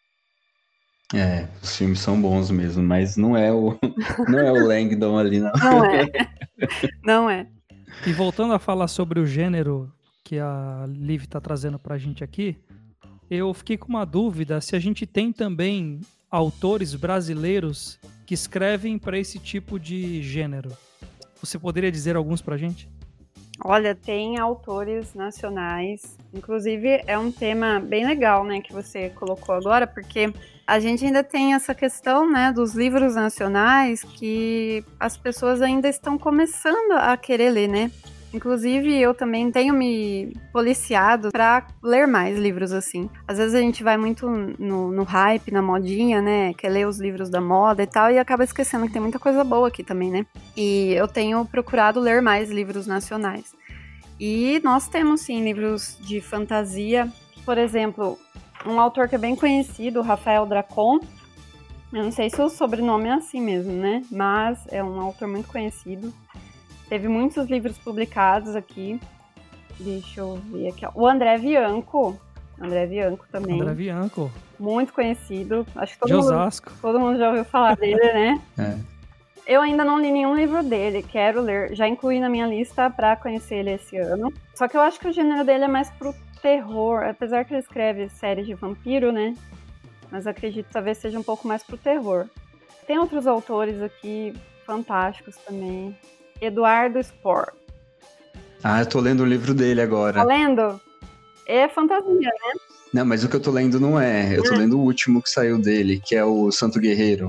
É, os filmes são bons mesmo, mas não é o, não é o Langdon ali, não. Não é. Não é. E voltando a falar sobre o gênero que a Liv tá trazendo pra gente aqui, eu fiquei com uma dúvida se a gente tem também autores brasileiros que escrevem para esse tipo de gênero. Você poderia dizer alguns pra gente? Olha, tem autores nacionais, inclusive é um tema bem legal, né, que você colocou agora, porque a gente ainda tem essa questão, né, dos livros nacionais que as pessoas ainda estão começando a querer ler, né? Inclusive, eu também tenho me policiado para ler mais livros assim. Às vezes a gente vai muito no, no hype, na modinha, né? Quer ler os livros da moda e tal, e acaba esquecendo que tem muita coisa boa aqui também, né? E eu tenho procurado ler mais livros nacionais. E nós temos, sim, livros de fantasia. Por exemplo, um autor que é bem conhecido, Rafael Dracon. Eu não sei se o sobrenome é assim mesmo, né? Mas é um autor muito conhecido. Teve muitos livros publicados aqui. Deixa eu ver aqui, ó. O André Bianco. André Bianco também. André Bianco. Muito conhecido. Acho que todo, de mundo, Osasco. todo mundo já ouviu falar dele, né? É. Eu ainda não li nenhum livro dele. Quero ler. Já incluí na minha lista pra conhecer ele esse ano. Só que eu acho que o gênero dele é mais pro terror. Apesar que ele escreve séries de vampiro, né? Mas acredito que talvez seja um pouco mais pro terror. Tem outros autores aqui fantásticos também. Eduardo Spohr. Ah, eu tô lendo o livro dele agora. Tá lendo? É fantasia, né? Não, mas o que eu tô lendo não é. Eu tô Ah. lendo o último que saiu dele, que é o Santo Guerreiro.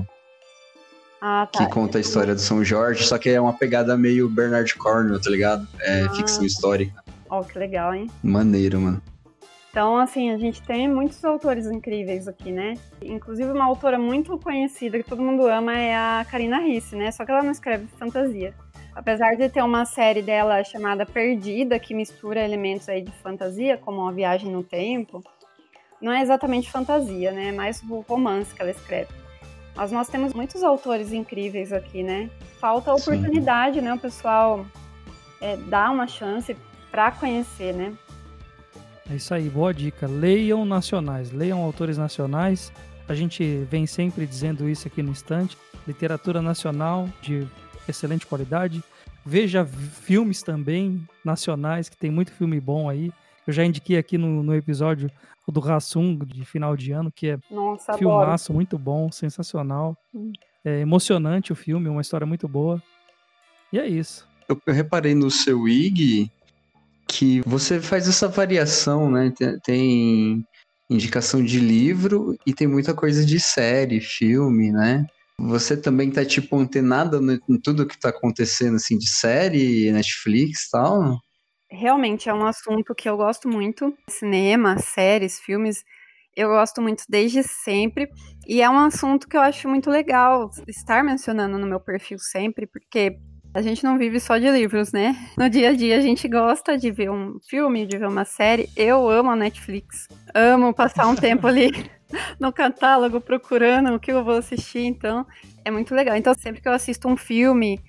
Ah, tá. Que conta a história do São Jorge, só que é uma pegada meio Bernard Cornwell, tá ligado? É Ah. ficção histórica. Ó, que legal, hein? Maneiro, mano. Então, assim, a gente tem muitos autores incríveis aqui, né? Inclusive, uma autora muito conhecida, que todo mundo ama, é a Karina Risse, né? Só que ela não escreve fantasia. Apesar de ter uma série dela chamada Perdida, que mistura elementos aí de fantasia, como uma viagem no tempo, não é exatamente fantasia, né? É mais o romance que ela escreve. Mas nós temos muitos autores incríveis aqui, né? Falta oportunidade, Sim. né? O pessoal é, dá uma chance para conhecer, né? É isso aí, boa dica. Leiam nacionais, leiam autores nacionais. A gente vem sempre dizendo isso aqui no Estante. Literatura nacional de excelente qualidade. Veja filmes também nacionais, que tem muito filme bom aí. Eu já indiquei aqui no, no episódio o do Rassum, de final de ano, que é Nossa, filmaço, muito bom, sensacional. Hum. É emocionante o filme, uma história muito boa. E é isso. Eu, eu reparei no seu I G que você faz essa variação, né? Tem, tem indicação de livro e tem muita coisa de série, filme, né? Você também tá, tipo, antenada em tudo que tá acontecendo, assim, de série, Netflix e tal? Realmente é um assunto que eu gosto muito. Cinema, séries, filmes, eu gosto muito desde sempre. E é um assunto que eu acho muito legal estar mencionando no meu perfil sempre, porque a gente não vive só de livros, né? No dia a dia a gente gosta de ver um filme, de ver uma série. Eu amo a Netflix. Amo passar um tempo ali no catálogo procurando o que eu vou assistir, então é muito legal. Então sempre que eu assisto um filme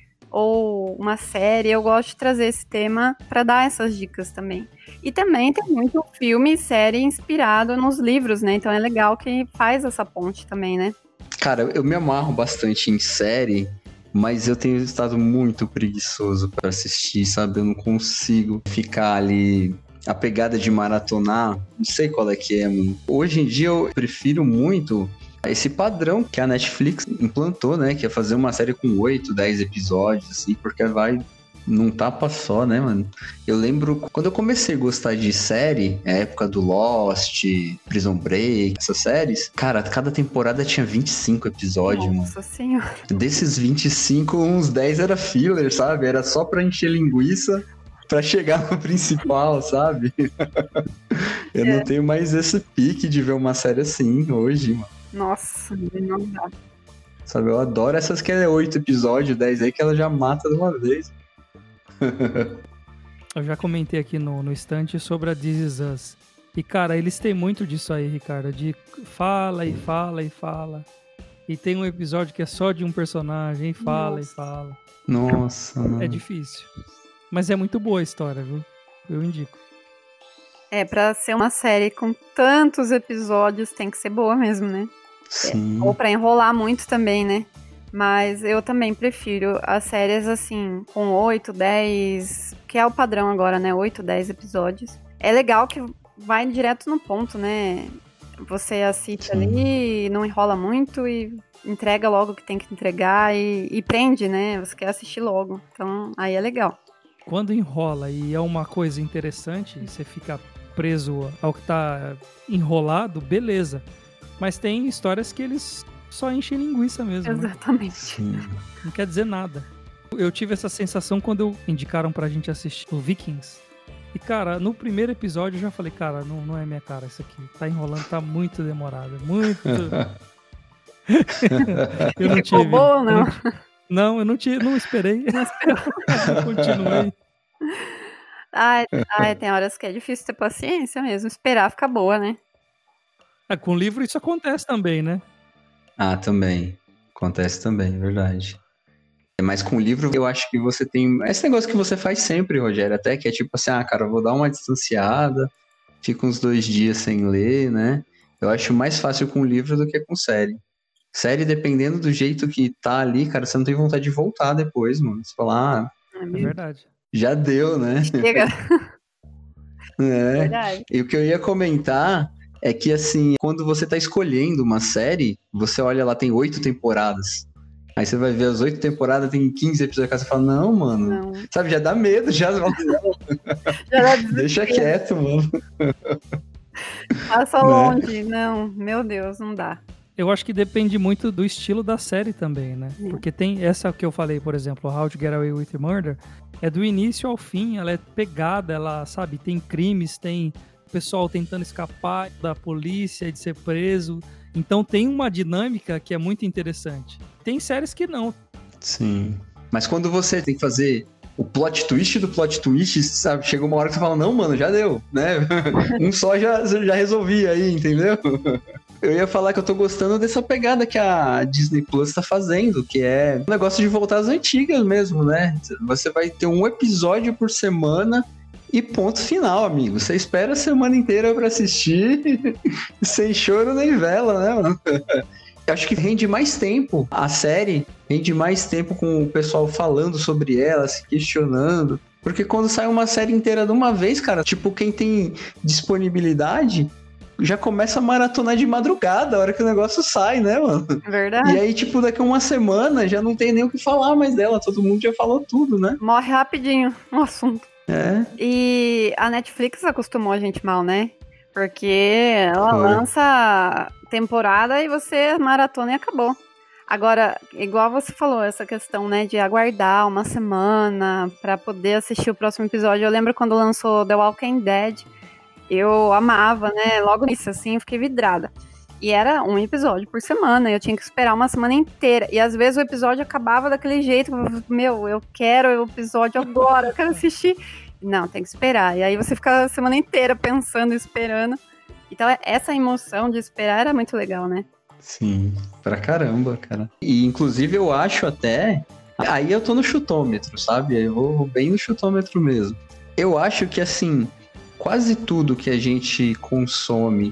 ou uma série, eu gosto de trazer esse tema para dar essas dicas também. E também tem muito filme e série inspirado nos livros, né? Então é legal que faz essa ponte também, né? Cara, eu me amarro bastante em série, mas eu tenho estado muito preguiçoso para assistir, sabe? Eu não consigo ficar ali... A pegada de maratonar, não sei qual é que é, mano. Hoje em dia eu prefiro muito esse padrão que a Netflix implantou, né? Que é fazer uma série com oito, dez episódios, assim, porque vai num tapa só, né, mano? Eu lembro quando eu comecei a gostar de série, a época do Lost, Prison Break, essas séries, cara, cada temporada tinha vinte e cinco episódios, Nossa mano. Nossa senhora. Desses vinte e cinco, uns dez era filler, sabe? Era só pra encher linguiça. Pra chegar no principal, sabe? Eu é. não tenho mais esse pique de ver uma série assim hoje, mano. Nossa, não dá. Sabe, eu adoro essas que é oito episódios, dez aí, que ela já mata de uma vez. Eu já comentei aqui no, no Estante sobre a This Is Us. E, cara, eles têm muito disso aí, Ricardo. De fala e fala e fala. E tem um episódio que é só de um personagem, e fala Nossa. e fala. Nossa. É difícil. Mas é muito boa a história, viu? Eu indico. É, pra ser uma série com tantos episódios, tem que ser boa mesmo, né? Sim. É, ou pra enrolar muito também, né? Mas eu também prefiro as séries, assim, com oito, dez... Que é o padrão agora, né? oito, dez episódios. É legal que vai direto no ponto, né? Você assiste Sim. ali, não enrola muito e entrega logo o que tem que entregar e, e prende, né? Você quer assistir logo. Então, aí é legal. Quando enrola e é uma coisa interessante, você fica preso ao que tá enrolado, beleza. Mas tem histórias que eles só enchem linguiça mesmo, né? Exatamente. Sim. Não quer dizer nada. Eu tive essa sensação quando eu indicaram pra gente assistir o Vikings. E, cara, no primeiro episódio eu já falei, cara, não, não é minha cara isso aqui. Tá enrolando, tá muito demorado. Muito. eu não Ficou tive. boa ou não? Eu não, não, eu não, tive, não esperei. Eu continuei. Ai, ai, tem horas que é difícil ter paciência mesmo. Esperar ficar boa, né? É, com livro isso acontece também, né? Ah, também. Acontece também, verdade. Mas com o livro, eu acho que você tem esse negócio que você faz sempre, Rogério, até que é tipo assim, ah, cara, eu vou dar uma distanciada, fico uns dois dias sem ler, né? Eu acho mais fácil com livro do que com série. Série, dependendo do jeito que tá ali, cara, você não tem vontade de voltar depois, mano. Você fala, ah, É É mesmo. verdade. já deu, né? Chega. É. Verdade. E o que eu ia comentar é que, assim, quando você tá escolhendo uma série, você olha lá, tem oito temporadas. Aí você vai ver as oito temporadas, tem quinze episódios, aí você fala, não, mano. Não. Sabe, já dá medo, já. Já dá desespero. Deixa quieto, mano. Passa Né? longe. Não, meu Deus, não dá. Eu acho que depende muito do estilo da série também, né? É. Porque tem essa que eu falei, por exemplo, How to Get Away with Murder, é do início ao fim, ela é pegada, ela, sabe, tem crimes, tem pessoal tentando escapar da polícia, de ser preso. Então tem uma dinâmica que é muito interessante. Tem séries que não. Sim. Mas quando você tem que fazer o plot twist do plot twist, sabe? Chega uma hora que você fala, não, mano, já deu, né? Um só já, já resolvi aí, entendeu? Eu ia falar que eu tô gostando dessa pegada que a Disney Plus tá fazendo, que é um negócio de voltar às antigas mesmo, né? Você vai ter um episódio por semana e ponto final, amigo. Você espera a semana inteira pra assistir sem choro nem vela, né, mano? Eu acho que rende mais tempo a série, rende mais tempo com o pessoal falando sobre ela, se questionando. Porque quando sai uma série inteira de uma vez, cara, tipo, quem tem disponibilidade já começa a maratonar de madrugada, a hora que o negócio sai, né, mano? Verdade. E aí, tipo, daqui a uma semana já não tem nem o que falar mais dela, todo mundo já falou tudo, né? Morre rapidinho o assunto. É. E a Netflix acostumou a gente mal, né? Porque ela Foi. lança temporada e você maratona e acabou. Agora, igual você falou, essa questão, né, de aguardar uma semana pra poder assistir o próximo episódio. Eu lembro quando lançou The Walking Dead, eu amava, né, logo nisso, assim, eu fiquei vidrada. E era um episódio por semana, eu tinha que esperar uma semana inteira. E às vezes o episódio acabava daquele jeito, meu, eu quero o episódio agora, eu quero assistir. Não, tem que esperar. E aí você fica a semana inteira pensando, esperando. Então essa emoção de esperar era muito legal, né? Sim, pra caramba, cara. E inclusive eu acho até... Aí eu tô no chutômetro, sabe? Eu vou bem no chutômetro mesmo. Eu acho que, assim, quase tudo que a gente consome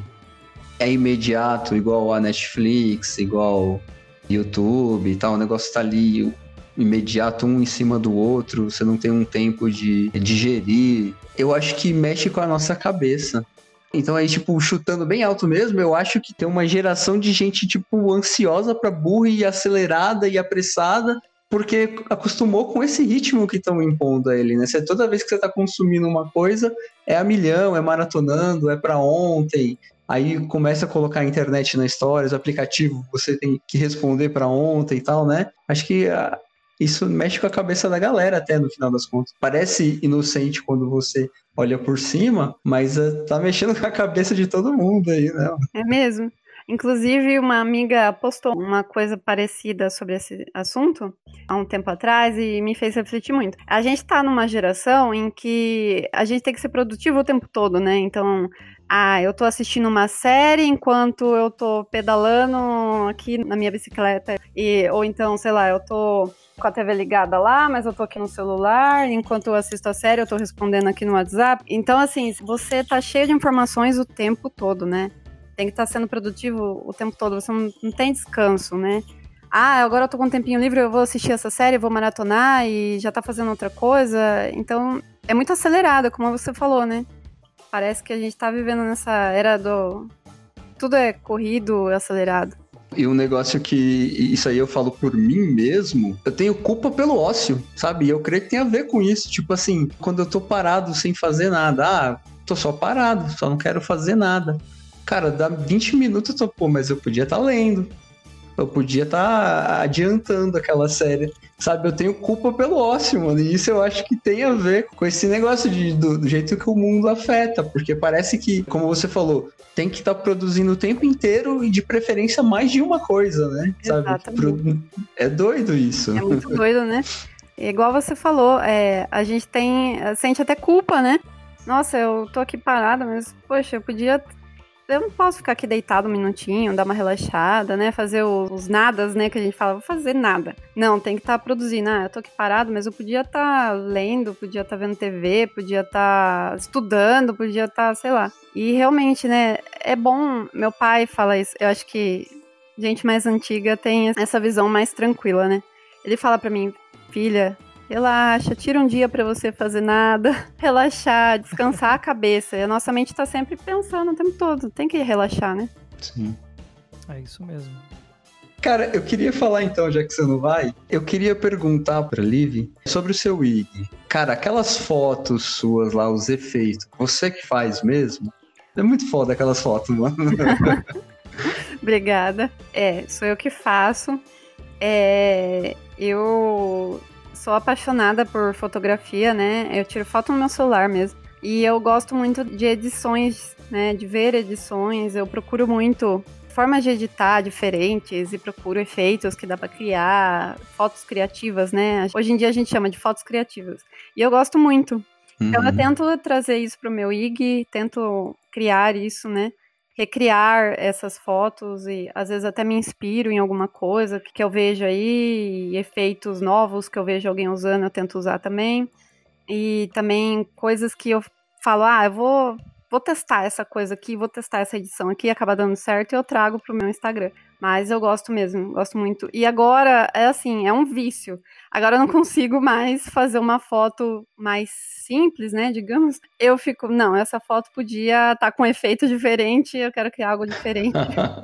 é imediato, igual a Netflix, igual YouTube e tal. O negócio tá ali imediato, um em cima do outro. Você não tem um tempo de digerir. Eu acho que mexe com a nossa cabeça. Então aí, tipo, chutando bem alto mesmo, eu acho que tem uma geração de gente, tipo, ansiosa pra burra e acelerada e apressada, porque acostumou com esse ritmo que estão impondo a ele, né? Você, toda vez que você tá consumindo uma coisa, é a milhão, é maratonando, é pra ontem. Aí começa a colocar a internet na história, os aplicativos, você tem que responder pra ontem e tal, né? Acho que ah, isso mexe com a cabeça da galera até, no final das contas. Parece inocente quando você olha por cima, mas uh, tá mexendo com a cabeça de todo mundo aí, né? É mesmo. Inclusive, uma amiga postou uma coisa parecida sobre esse assunto há um tempo atrás e me fez refletir muito. A gente tá numa geração em que a gente tem que ser produtivo o tempo todo, né? Então, ah, eu tô assistindo uma série enquanto eu tô pedalando aqui na minha bicicleta. E, ou então, sei lá, eu tô com a T V ligada lá, mas eu tô aqui no celular, enquanto eu assisto a série, eu tô respondendo aqui no WhatsApp. Então, assim, você tá cheio de informações o tempo todo, né? Tem que estar sendo produtivo o tempo todo, você não, não tem descanso, né? Ah, agora eu tô com um tempinho livre, eu vou assistir essa série, vou maratonar e já tá fazendo outra coisa. Então, é muito acelerado, como você falou, né? Parece que a gente tá vivendo nessa era do Tudo é corrido, acelerado. E um negócio que, isso aí eu falo por mim mesmo, eu tenho culpa pelo ócio, sabe? E eu creio que tem a ver com isso. Tipo assim, quando eu tô parado sem fazer nada, ah, tô só parado, só não quero fazer nada. Cara, dá vinte minutos eu tô, pô, mas eu podia estar lendo. Eu podia estar adiantando aquela série, sabe? Eu tenho culpa pelo ócio, mano. E isso eu acho que tem a ver com esse negócio de, do, do jeito que o mundo afeta. Porque parece que, como você falou, tem que estar produzindo o tempo inteiro e de preferência mais de uma coisa, né? Sabe? Pro... É doido isso. É muito doido, né? É igual você falou, é, a gente tem, sente até culpa, né? Nossa, eu tô aqui parada, mas, poxa, eu podia... Eu não posso ficar aqui deitado um minutinho, dar uma relaxada, né? Fazer os, os nadas, né? Que a gente fala, vou fazer nada. Não, tem que estar tá produzindo. Ah, eu tô aqui parado, mas eu podia estar tá lendo, podia estar tá vendo T V, podia estar tá estudando, podia estar, tá, sei lá. E realmente, né? É bom, meu pai fala isso. Eu acho que gente mais antiga tem essa visão mais tranquila, né? Ele fala pra mim, filha... Relaxa, tira um dia pra você fazer nada, relaxar, descansar a cabeça. E a nossa mente tá sempre pensando o tempo todo, tem que relaxar, né? Sim. É isso mesmo. Cara, eu queria falar então, já que você não vai, eu queria perguntar pra Liv sobre o seu I G. Cara, aquelas fotos suas lá, os efeitos, você que faz mesmo? É muito foda aquelas fotos, mano. Obrigada. É, sou eu que faço. É, eu... Sou apaixonada por fotografia, né? Eu tiro foto no meu celular mesmo. E eu gosto muito de edições, né? De ver edições. Eu procuro muito formas de editar diferentes e procuro efeitos que dá pra criar, fotos criativas, né? Hoje em dia a gente chama de fotos criativas. E eu gosto muito. Uhum. Então eu tento trazer isso pro meu I G, tento criar isso, né? Recriar essas fotos e às vezes até me inspiro em alguma coisa que eu vejo aí, efeitos novos que eu vejo alguém usando, eu tento usar também. E também coisas que eu falo, ah, eu vou, vou testar essa coisa aqui, vou testar essa edição aqui, acaba dando certo e eu trago pro meu Instagram. Mas eu gosto mesmo, gosto muito. E agora, é assim, é um vício. Agora eu não consigo mais fazer uma foto mais simples, né, digamos. Eu fico, não, essa foto podia estar tá com um efeito diferente, eu quero criar algo diferente.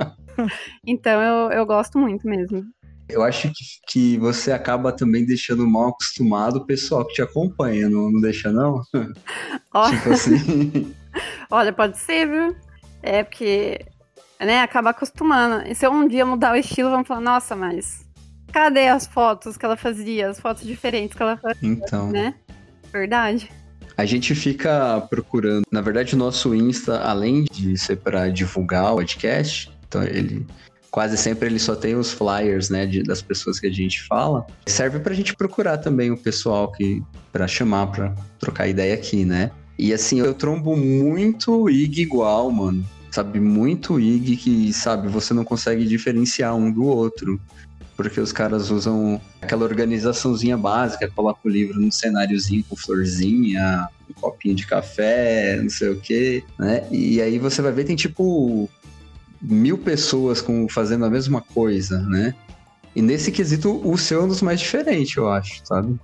Então eu, eu gosto muito mesmo. Eu acho que, que você acaba também deixando mal acostumado o pessoal que te acompanha, não, não deixa não? Oh. Tipo assim... Olha, pode ser, viu? É porque... né, acaba acostumando. E se eu um dia mudar o estilo, vão falar, nossa, mas cadê as fotos que ela fazia, as fotos diferentes que ela fazia, então, né? Verdade. A gente fica procurando, na verdade o nosso Insta, além de ser para divulgar o podcast, então ele quase sempre ele só tem os flyers, né, de, das pessoas que a gente fala, serve pra gente procurar também o pessoal que, pra chamar, pra trocar ideia aqui, né? E assim, eu trombo muito I G igual, mano. Sabe, muito I G que, sabe, você não consegue diferenciar um do outro. Porque os caras usam aquela organizaçãozinha básica, coloca o livro num cenáriozinho com florzinha, um copinho de café, não sei o quê, né? E aí você vai ver, tem tipo mil pessoas com, fazendo a mesma coisa, né? E nesse quesito, o seu é um dos mais diferentes, eu acho, sabe?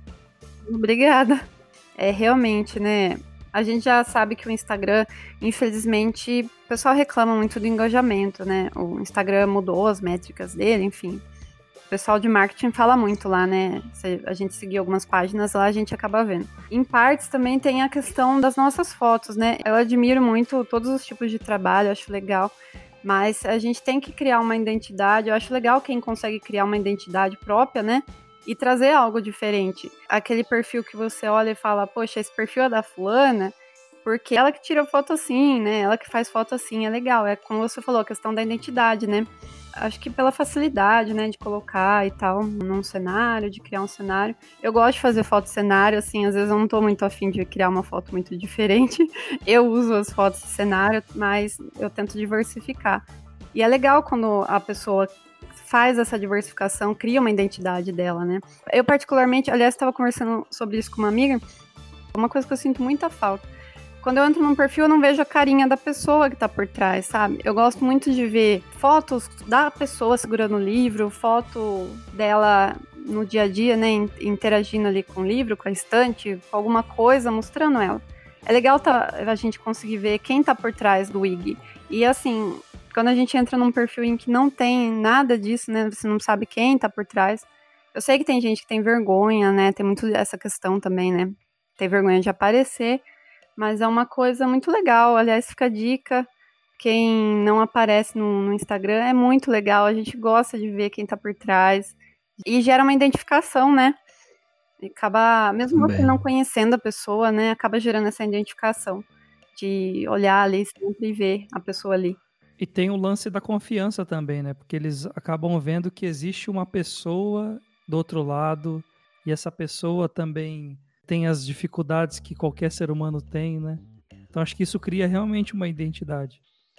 Obrigada. É, realmente, né? A gente já sabe que o Instagram, infelizmente, o pessoal reclama muito do engajamento, né? O Instagram mudou as métricas dele, enfim. O pessoal de marketing fala muito lá, né? Se a gente seguir algumas páginas lá, a gente acaba vendo. Em partes também tem a questão das nossas fotos, né? Eu admiro muito todos os tipos de trabalho, acho legal. Mas a gente tem que criar uma identidade. Eu acho legal quem consegue criar uma identidade própria, né? E trazer algo diferente. Aquele perfil que você olha e fala, poxa, esse perfil é da fulana, porque ela que tira foto assim, né? Ela que faz foto assim, é legal. É como você falou, a questão da identidade, né? Acho que pela facilidade, né, de colocar e tal, num cenário, de criar um cenário. Eu gosto de fazer foto cenário, assim, às vezes eu não tô muito afim de criar uma foto muito diferente. Eu uso as fotos de cenário, mas eu tento diversificar. E é legal quando a pessoa faz essa diversificação, cria uma identidade dela, né? Eu particularmente, aliás, estava conversando sobre isso com uma amiga, uma coisa que eu sinto muita falta. Quando eu entro num perfil, eu não vejo a carinha da pessoa que tá por trás, sabe? Eu gosto muito de ver fotos da pessoa segurando o livro, foto dela no dia a dia, né? Interagindo ali com o livro, com a estante, com alguma coisa, mostrando ela. É legal tá, a gente conseguir ver quem tá por trás do I G. E assim, Quando a gente entra num perfil em que não tem nada disso, né? Você não sabe quem tá por trás. Eu sei que tem gente que tem vergonha, né? Tem muito essa questão também, né? Tem vergonha de aparecer, mas é uma coisa muito legal. Aliás, fica a dica. Quem não aparece no, no Instagram é muito legal. A gente gosta de ver quem tá por trás. E gera uma identificação, né? E acaba, mesmo Também. você não conhecendo a pessoa, né? Acaba gerando essa identificação. De olhar ali sempre e ver a pessoa ali. E tem o lance da confiança também, né? Porque eles acabam vendo que existe uma pessoa do outro lado e essa pessoa também tem as dificuldades que qualquer ser humano tem, né? Então acho que isso cria realmente uma identidade.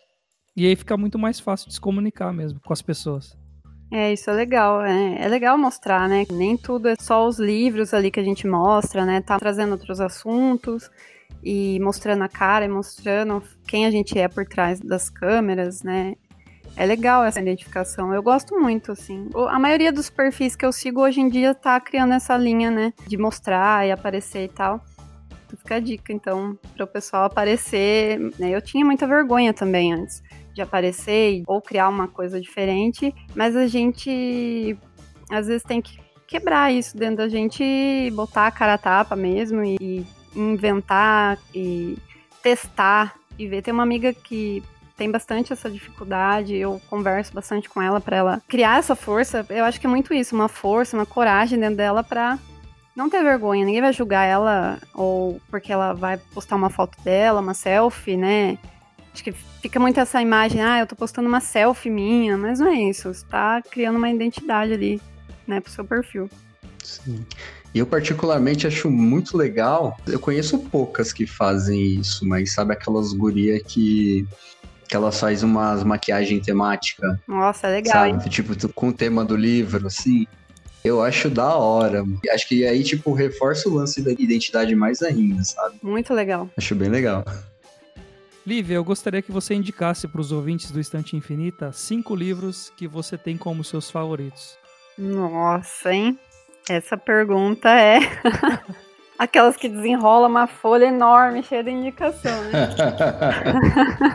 E aí fica muito mais fácil de se comunicar mesmo com as pessoas. É, isso é legal, é, é legal mostrar, né? Nem tudo é só os livros ali que a gente mostra, né? Tá trazendo outros assuntos e mostrando a cara e mostrando quem a gente é por trás das câmeras, né? É legal essa identificação, eu gosto muito, assim. A maioria dos perfis que eu sigo hoje em dia tá criando essa linha, né? De mostrar e aparecer e tal. Fica a dica, então, para o pessoal aparecer, né? Eu tinha muita vergonha também antes de aparecer ou criar uma coisa diferente, mas a gente às vezes tem que quebrar isso dentro da gente e botar a cara a tapa mesmo e inventar e testar e ver. Tem uma amiga que tem bastante essa dificuldade, eu converso bastante com ela para ela criar essa força. Eu acho que é muito isso, uma força, uma coragem dentro dela para não ter vergonha. Ninguém vai julgar ela ou porque ela vai postar uma foto dela, uma selfie, né? Acho que fica muito essa imagem, ah, eu tô postando uma selfie minha, mas não é isso, você tá criando uma identidade ali, né, pro seu perfil. Sim. E eu particularmente acho muito legal, eu conheço poucas que fazem isso, mas sabe aquelas gurias que, que elas fazem umas maquiagem temática? Nossa, é legal, sabe? hein? Tipo, com o tema do livro, assim. Eu acho da hora. Acho que aí, tipo, reforça o lance da identidade mais ainda, sabe? Muito legal. Acho bem legal. Lívia, eu gostaria que você indicasse para os ouvintes do Estante Infinita cinco livros que você tem como seus favoritos. Nossa, hein? Essa pergunta é aquelas que desenrola uma folha enorme, cheia de indicação, né?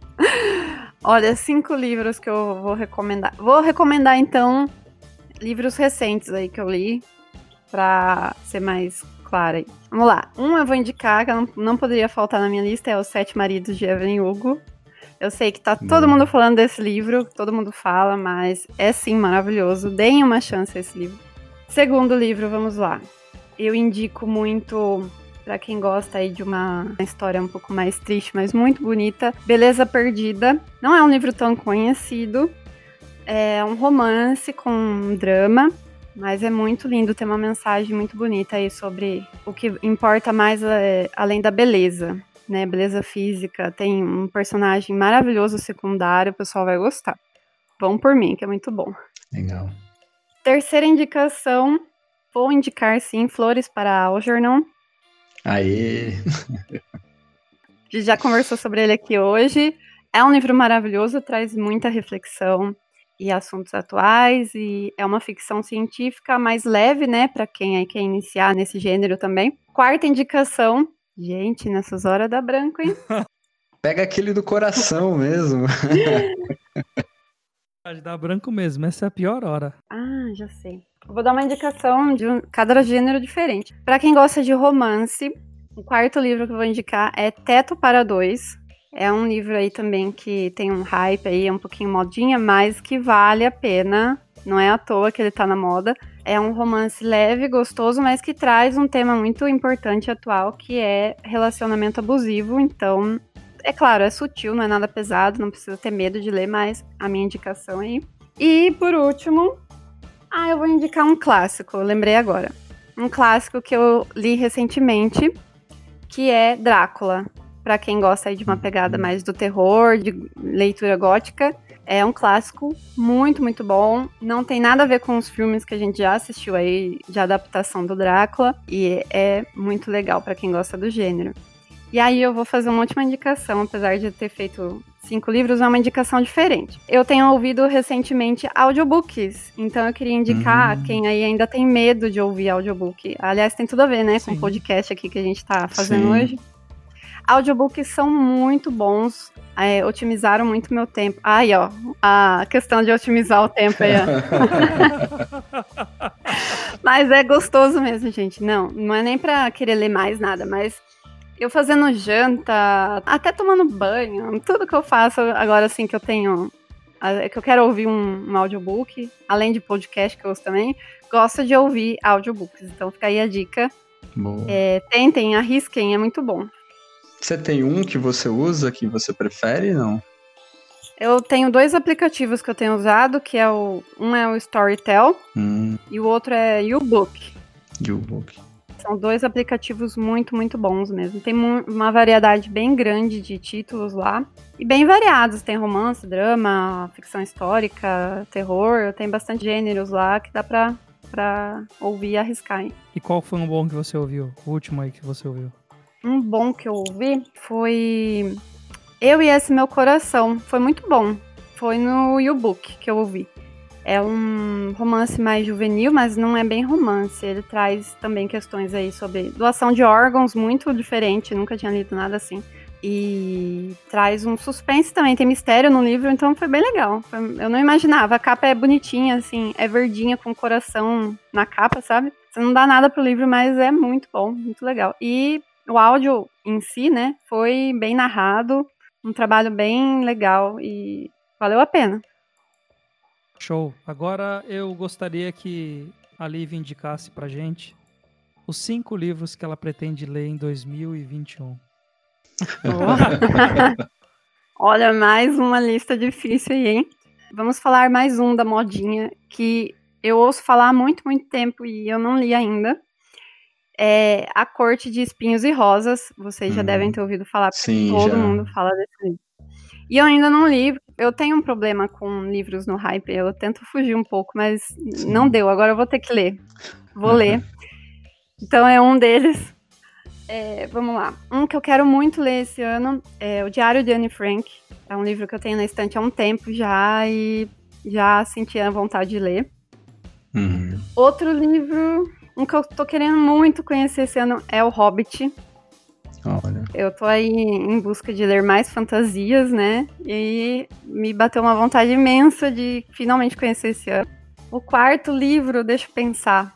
Olha, cinco livros que eu vou recomendar. Vou recomendar, então, livros recentes aí que eu li, pra ser mais clara aí. Vamos lá. Um eu vou indicar, que não, não poderia faltar na minha lista, é Os Sete Maridos de Evelyn Hugo. Eu sei que tá todo mundo falando desse livro, todo mundo fala, mas é sim maravilhoso. Deem uma chance a esse livro. Segundo livro, vamos lá. Eu indico muito, pra quem gosta aí de uma história um pouco mais triste, mas muito bonita, Beleza Perdida. Não é um livro tão conhecido, é um romance com um drama, mas é muito lindo, tem uma mensagem muito bonita aí sobre o que importa mais é, além da beleza, né? Beleza física. Tem um personagem maravilhoso secundário, o pessoal vai gostar. Vão por mim, que é muito bom. Legal. Terceira indicação, vou indicar sim Flores para Algernon. Aê! A gente já conversou sobre ele aqui hoje. É um livro maravilhoso, traz muita reflexão e assuntos atuais, e é uma ficção científica mais leve, né, para quem aí quer iniciar nesse gênero também. Quarta indicação, gente, nessas horas dá branco, hein? Pega aquele do coração mesmo. Dá branco mesmo, essa é a pior hora. Ah, já sei. Eu vou dar uma indicação de um, cada gênero diferente. Para quem gosta de romance, o quarto livro que eu vou indicar é Teto para Dois. É um livro aí também que tem um hype aí, é um pouquinho modinha, mas que vale a pena. Não é à toa que ele tá na moda. É um romance leve, gostoso, mas que traz um tema muito importante e atual, que é relacionamento abusivo. Então, é claro, é sutil, não é nada pesado, não precisa ter medo de ler, mas a minha indicação aí. E, por último, ah, eu vou indicar um clássico, eu lembrei agora. Um clássico que eu li recentemente, que é Drácula. Pra quem gosta aí de uma pegada mais do terror, de leitura gótica, é um clássico muito, muito bom. Não tem nada a ver com os filmes que a gente já assistiu aí de adaptação do Drácula, e é muito legal pra quem gosta do gênero. E aí eu vou fazer uma última indicação, apesar de ter feito cinco livros, é uma indicação diferente. Eu tenho ouvido recentemente audiobooks, então eu queria indicar uhum. quem aí ainda tem medo de ouvir audiobook. Aliás, tem tudo a ver, né, com o podcast aqui que a gente tá fazendo Sim. hoje. Audiobooks são muito bons, é, otimizaram muito meu tempo. Aí, ó, a questão de otimizar o tempo aí, ó. Mas é gostoso mesmo, gente. Não, não é nem pra querer ler mais nada, mas eu fazendo janta, até tomando banho, tudo que eu faço agora, assim, que eu tenho, que eu quero ouvir um, um audiobook, além de podcast que eu ouço também, gosto de ouvir audiobooks. Então fica aí a dica. É, tentem, arrisquem, é muito bom. Você tem um que você usa, que você prefere, não? Eu tenho dois aplicativos que eu tenho usado, que é o um é o Storytel hum. e o outro é YouBook. YouBook. São dois aplicativos muito, muito bons mesmo. Tem uma variedade bem grande de títulos lá e bem variados. Tem romance, drama, ficção histórica, terror. Tem bastante gêneros lá que dá pra, pra ouvir e arriscar. Hein? E qual foi um bom que você ouviu? O último aí que você ouviu? Um bom que eu ouvi foi Eu e Esse Meu Coração. Foi muito bom. Foi no YouBook que eu ouvi. É um romance mais juvenil, mas não é bem romance. Ele traz também questões aí sobre doação de órgãos, muito diferente. Nunca tinha lido nada assim. E traz um suspense também. Tem mistério no livro, então foi bem legal. Eu não imaginava. A capa é bonitinha, assim. É verdinha com coração na capa, sabe? Você não dá nada pro livro, mas é muito bom. Muito legal. E o áudio em si, né? Foi bem narrado. Um trabalho bem legal e valeu a pena. Show. Agora eu gostaria que a Liv indicasse pra gente os cinco livros que ela pretende ler em dois mil e vinte e um. Oh. Olha, mais uma lista difícil aí, hein? Vamos falar mais um da modinha, que eu ouço falar há muito, muito tempo e eu não li ainda. É A Corte de Espinhos e Rosas. Vocês já hum. devem ter ouvido falar, porque Sim, todo já. mundo fala desse livro. E eu ainda não li. Eu tenho um problema com livros no hype. Eu tento fugir um pouco, mas Sim. não deu. Agora eu vou ter que ler. Vou ler. Então é um deles. É, vamos lá. Um que eu quero muito ler esse ano é O Diário de Anne Frank. É um livro que eu tenho na estante há um tempo já e já senti a vontade de ler. Uhum. Outro livro, um que eu tô querendo muito conhecer esse ano é O Hobbit. Olha. Eu tô aí em busca de ler mais fantasias, né? E me bateu uma vontade imensa de finalmente conhecer esse ano. O quarto livro, deixa eu pensar.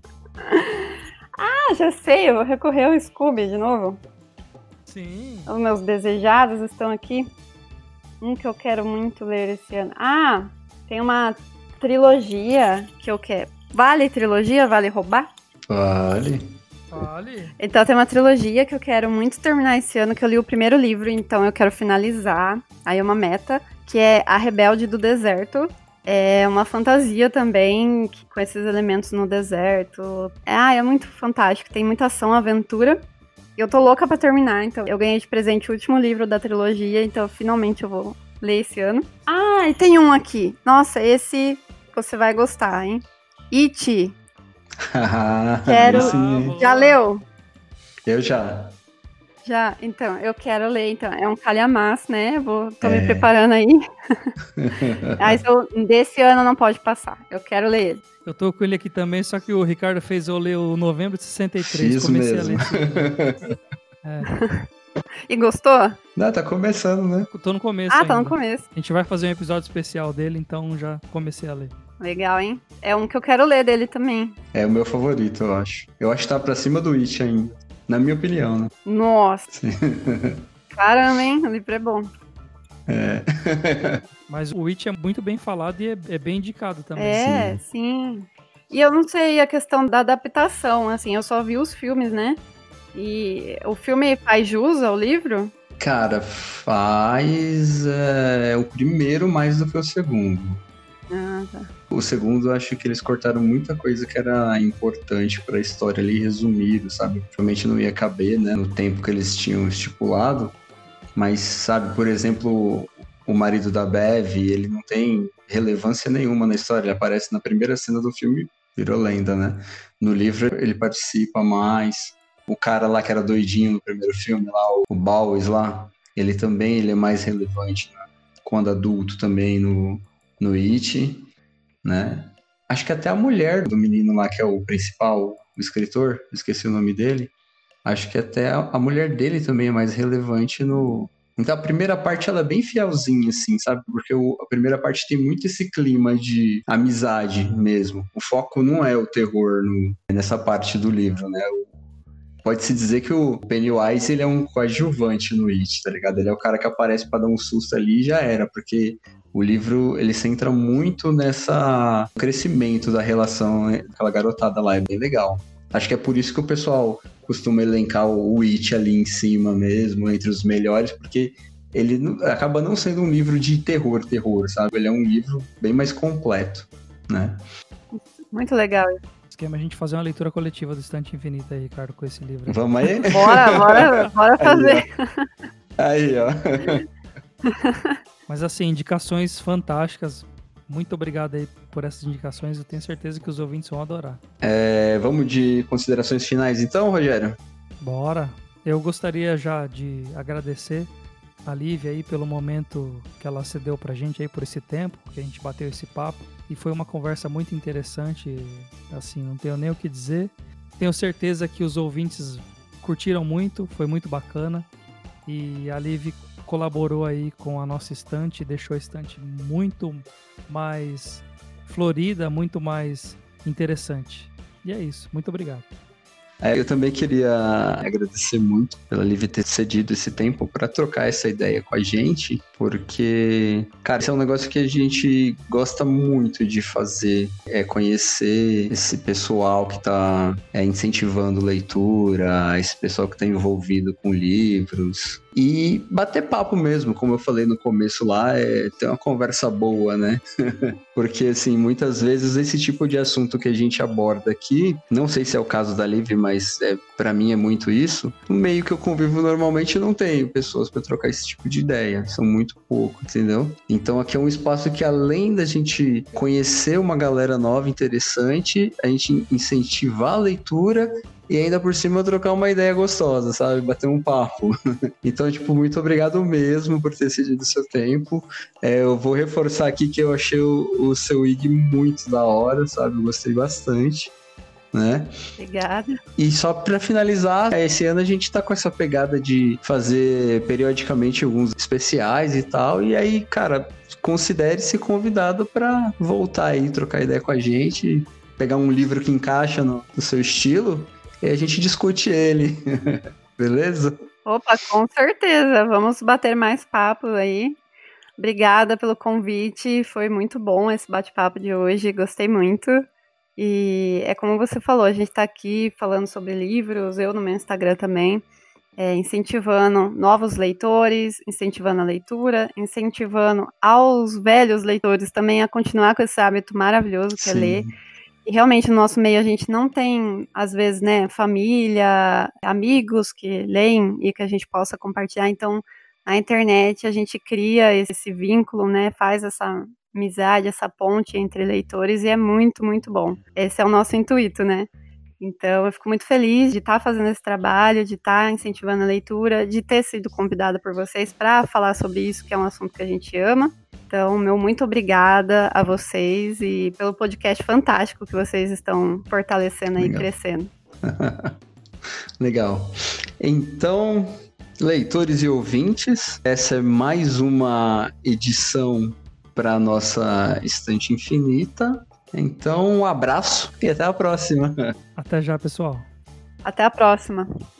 Ah, já sei, eu vou recorrer ao Scooby de novo. Sim. Os meus desejados estão aqui. Um que eu quero muito ler esse ano. Ah, tem uma trilogia que eu quero. Vale trilogia? Vale roubar? Vale. Vale. Então tem uma trilogia que eu quero muito terminar esse ano, que eu li o primeiro livro, então eu quero finalizar. Aí é uma meta, que é A Rebelde do Deserto. É uma fantasia também, que, com esses elementos no deserto. É, ah, é muito fantástico, tem muita ação, aventura. E eu tô louca pra terminar, então eu ganhei de presente o último livro da trilogia, então finalmente eu vou ler esse ano. Ah, e tem um aqui. Nossa, esse você vai gostar, hein? It. Quero... Sim. Já leu? Eu já. Já, então, eu quero ler, então, é um calhamaço, né, Vou, tô é. me preparando aí. Mas eu, desse ano não pode passar, eu quero ler ele. Eu tô com ele aqui também, só que o Ricardo fez eu ler o Novembro de sessenta e três, Fiz comecei mesmo. a ler. É. E gostou? Não, tá começando, né? Tô no começo Ah, ainda. tá no começo. A gente vai fazer um episódio especial dele, então já comecei a ler. Legal, hein? É um que eu quero ler dele também. É o meu favorito, eu acho. Eu acho que tá pra cima do It ainda. Na minha opinião, né? Nossa. Caramba, hein? O livro é bom. É. Mas o It é muito bem falado e é, é bem indicado também. É, sim. sim. E eu não sei a questão da adaptação, assim, eu só vi os filmes, né? E o filme faz jus ao livro? Cara, faz é, o primeiro mais do que o segundo. Ah, tá. O segundo, eu acho que eles cortaram muita coisa que era importante pra história ali, resumido, sabe? Provavelmente não ia caber, né, no tempo que eles tinham estipulado. Mas, sabe, por exemplo, o marido da Bev, ele não tem relevância nenhuma na história. Ele aparece na primeira cena do filme, virou lenda, né? No livro, ele participa mais. O cara lá que era doidinho no primeiro filme, lá, o Bowes lá, ele também ele é mais relevante, né? Quando adulto também no... no It, né? Acho que até a mulher do menino lá, que é o principal, o escritor, esqueci o nome dele, Acho que até a, a mulher dele também é mais relevante no... Então a primeira parte ela é bem fielzinha, assim, sabe? Porque o, a primeira parte tem muito esse clima de amizade mesmo. O foco não é o terror no, nessa parte do livro, né? O, pode-se dizer que o Pennywise ele é um coadjuvante no It, tá ligado? Ele é o cara que aparece pra dar um susto ali e já era, porque o livro ele centra muito nessa crescimento da relação, né? Aquela garotada lá, é bem legal. Acho que é por isso que o pessoal costuma elencar o It ali em cima mesmo, entre os melhores, porque ele não, acaba não sendo um livro de terror, terror, sabe? Ele é um livro bem mais completo, né? Muito legal. Esquema a gente fazer uma leitura coletiva do Estante Infinita aí, Ricardo, com esse livro. Vamos aí? Bora, bora, bora fazer. Aí, ó. Aí, ó. Mas assim, indicações fantásticas. Muito obrigado aí por essas indicações. Eu tenho certeza que os ouvintes vão adorar. É, vamos de considerações finais então, Rogério? Bora. Eu gostaria já de agradecer a Lívia aí pelo momento que ela cedeu pra gente aí, por esse tempo, que a gente bateu esse papo. E foi uma conversa muito interessante, assim, não tenho nem o que dizer. Tenho certeza que os ouvintes curtiram muito, foi muito bacana. E a Lívia colaborou aí com a nossa estante, deixou a estante muito mais florida, muito mais interessante. E é isso, muito obrigado. É, eu também queria agradecer muito pela Lívia ter cedido esse tempo para trocar essa ideia com a gente, porque, cara, esse é um negócio que a gente gosta muito de fazer, é conhecer esse pessoal que está é, incentivando leitura, esse pessoal que está envolvido com livros, e bater papo mesmo, como eu falei no começo lá, é ter uma conversa boa, né? Porque, assim, muitas vezes esse tipo de assunto que a gente aborda aqui, não sei se é o caso da Lívia, mas é, para mim é muito isso, no meio que eu convivo normalmente eu não tenho pessoas para trocar esse tipo de ideia, são muito pouco, entendeu? Então aqui é um espaço que, além da gente conhecer uma galera nova, interessante, a gente incentivar a leitura e ainda por cima trocar uma ideia gostosa, sabe? Bater um papo. Então, tipo, muito obrigado mesmo por ter cedido o seu tempo. É, eu vou reforçar aqui que eu achei o, o seu I G muito da hora, sabe? Eu gostei bastante, né? Obrigada. E só pra finalizar, esse ano a gente tá com essa pegada de fazer periodicamente alguns especiais e tal. E aí, cara, considere-se convidado pra voltar aí, trocar ideia com a gente, pegar um livro que encaixa no, no seu estilo e a gente discute ele. Beleza? Opa, com certeza. Vamos bater mais papo aí. Obrigada pelo convite. Foi muito bom esse bate-papo de hoje. Gostei muito. E é como você falou, a gente está aqui falando sobre livros, eu no meu Instagram também, é, incentivando novos leitores, incentivando a leitura, incentivando aos velhos leitores também a continuar com esse hábito maravilhoso que é ler. E realmente no nosso meio a gente não tem, às vezes, né, família, amigos que leem e que a gente possa compartilhar. Então, na internet a gente cria esse vínculo, né, faz essa amizade, essa ponte entre leitores e é muito, muito bom. Esse é o nosso intuito, né? Então, eu fico muito feliz de estar fazendo esse trabalho, de estar incentivando a leitura, de ter sido convidada por vocês para falar sobre isso, que é um assunto que a gente ama. Então, meu muito obrigada a vocês e pelo podcast fantástico que vocês estão fortalecendo aí, crescendo. Legal. Então, leitores e ouvintes, essa é mais uma edição para a nossa Estante Infinita. Então, um abraço e até a próxima. Até já, pessoal. Até a próxima.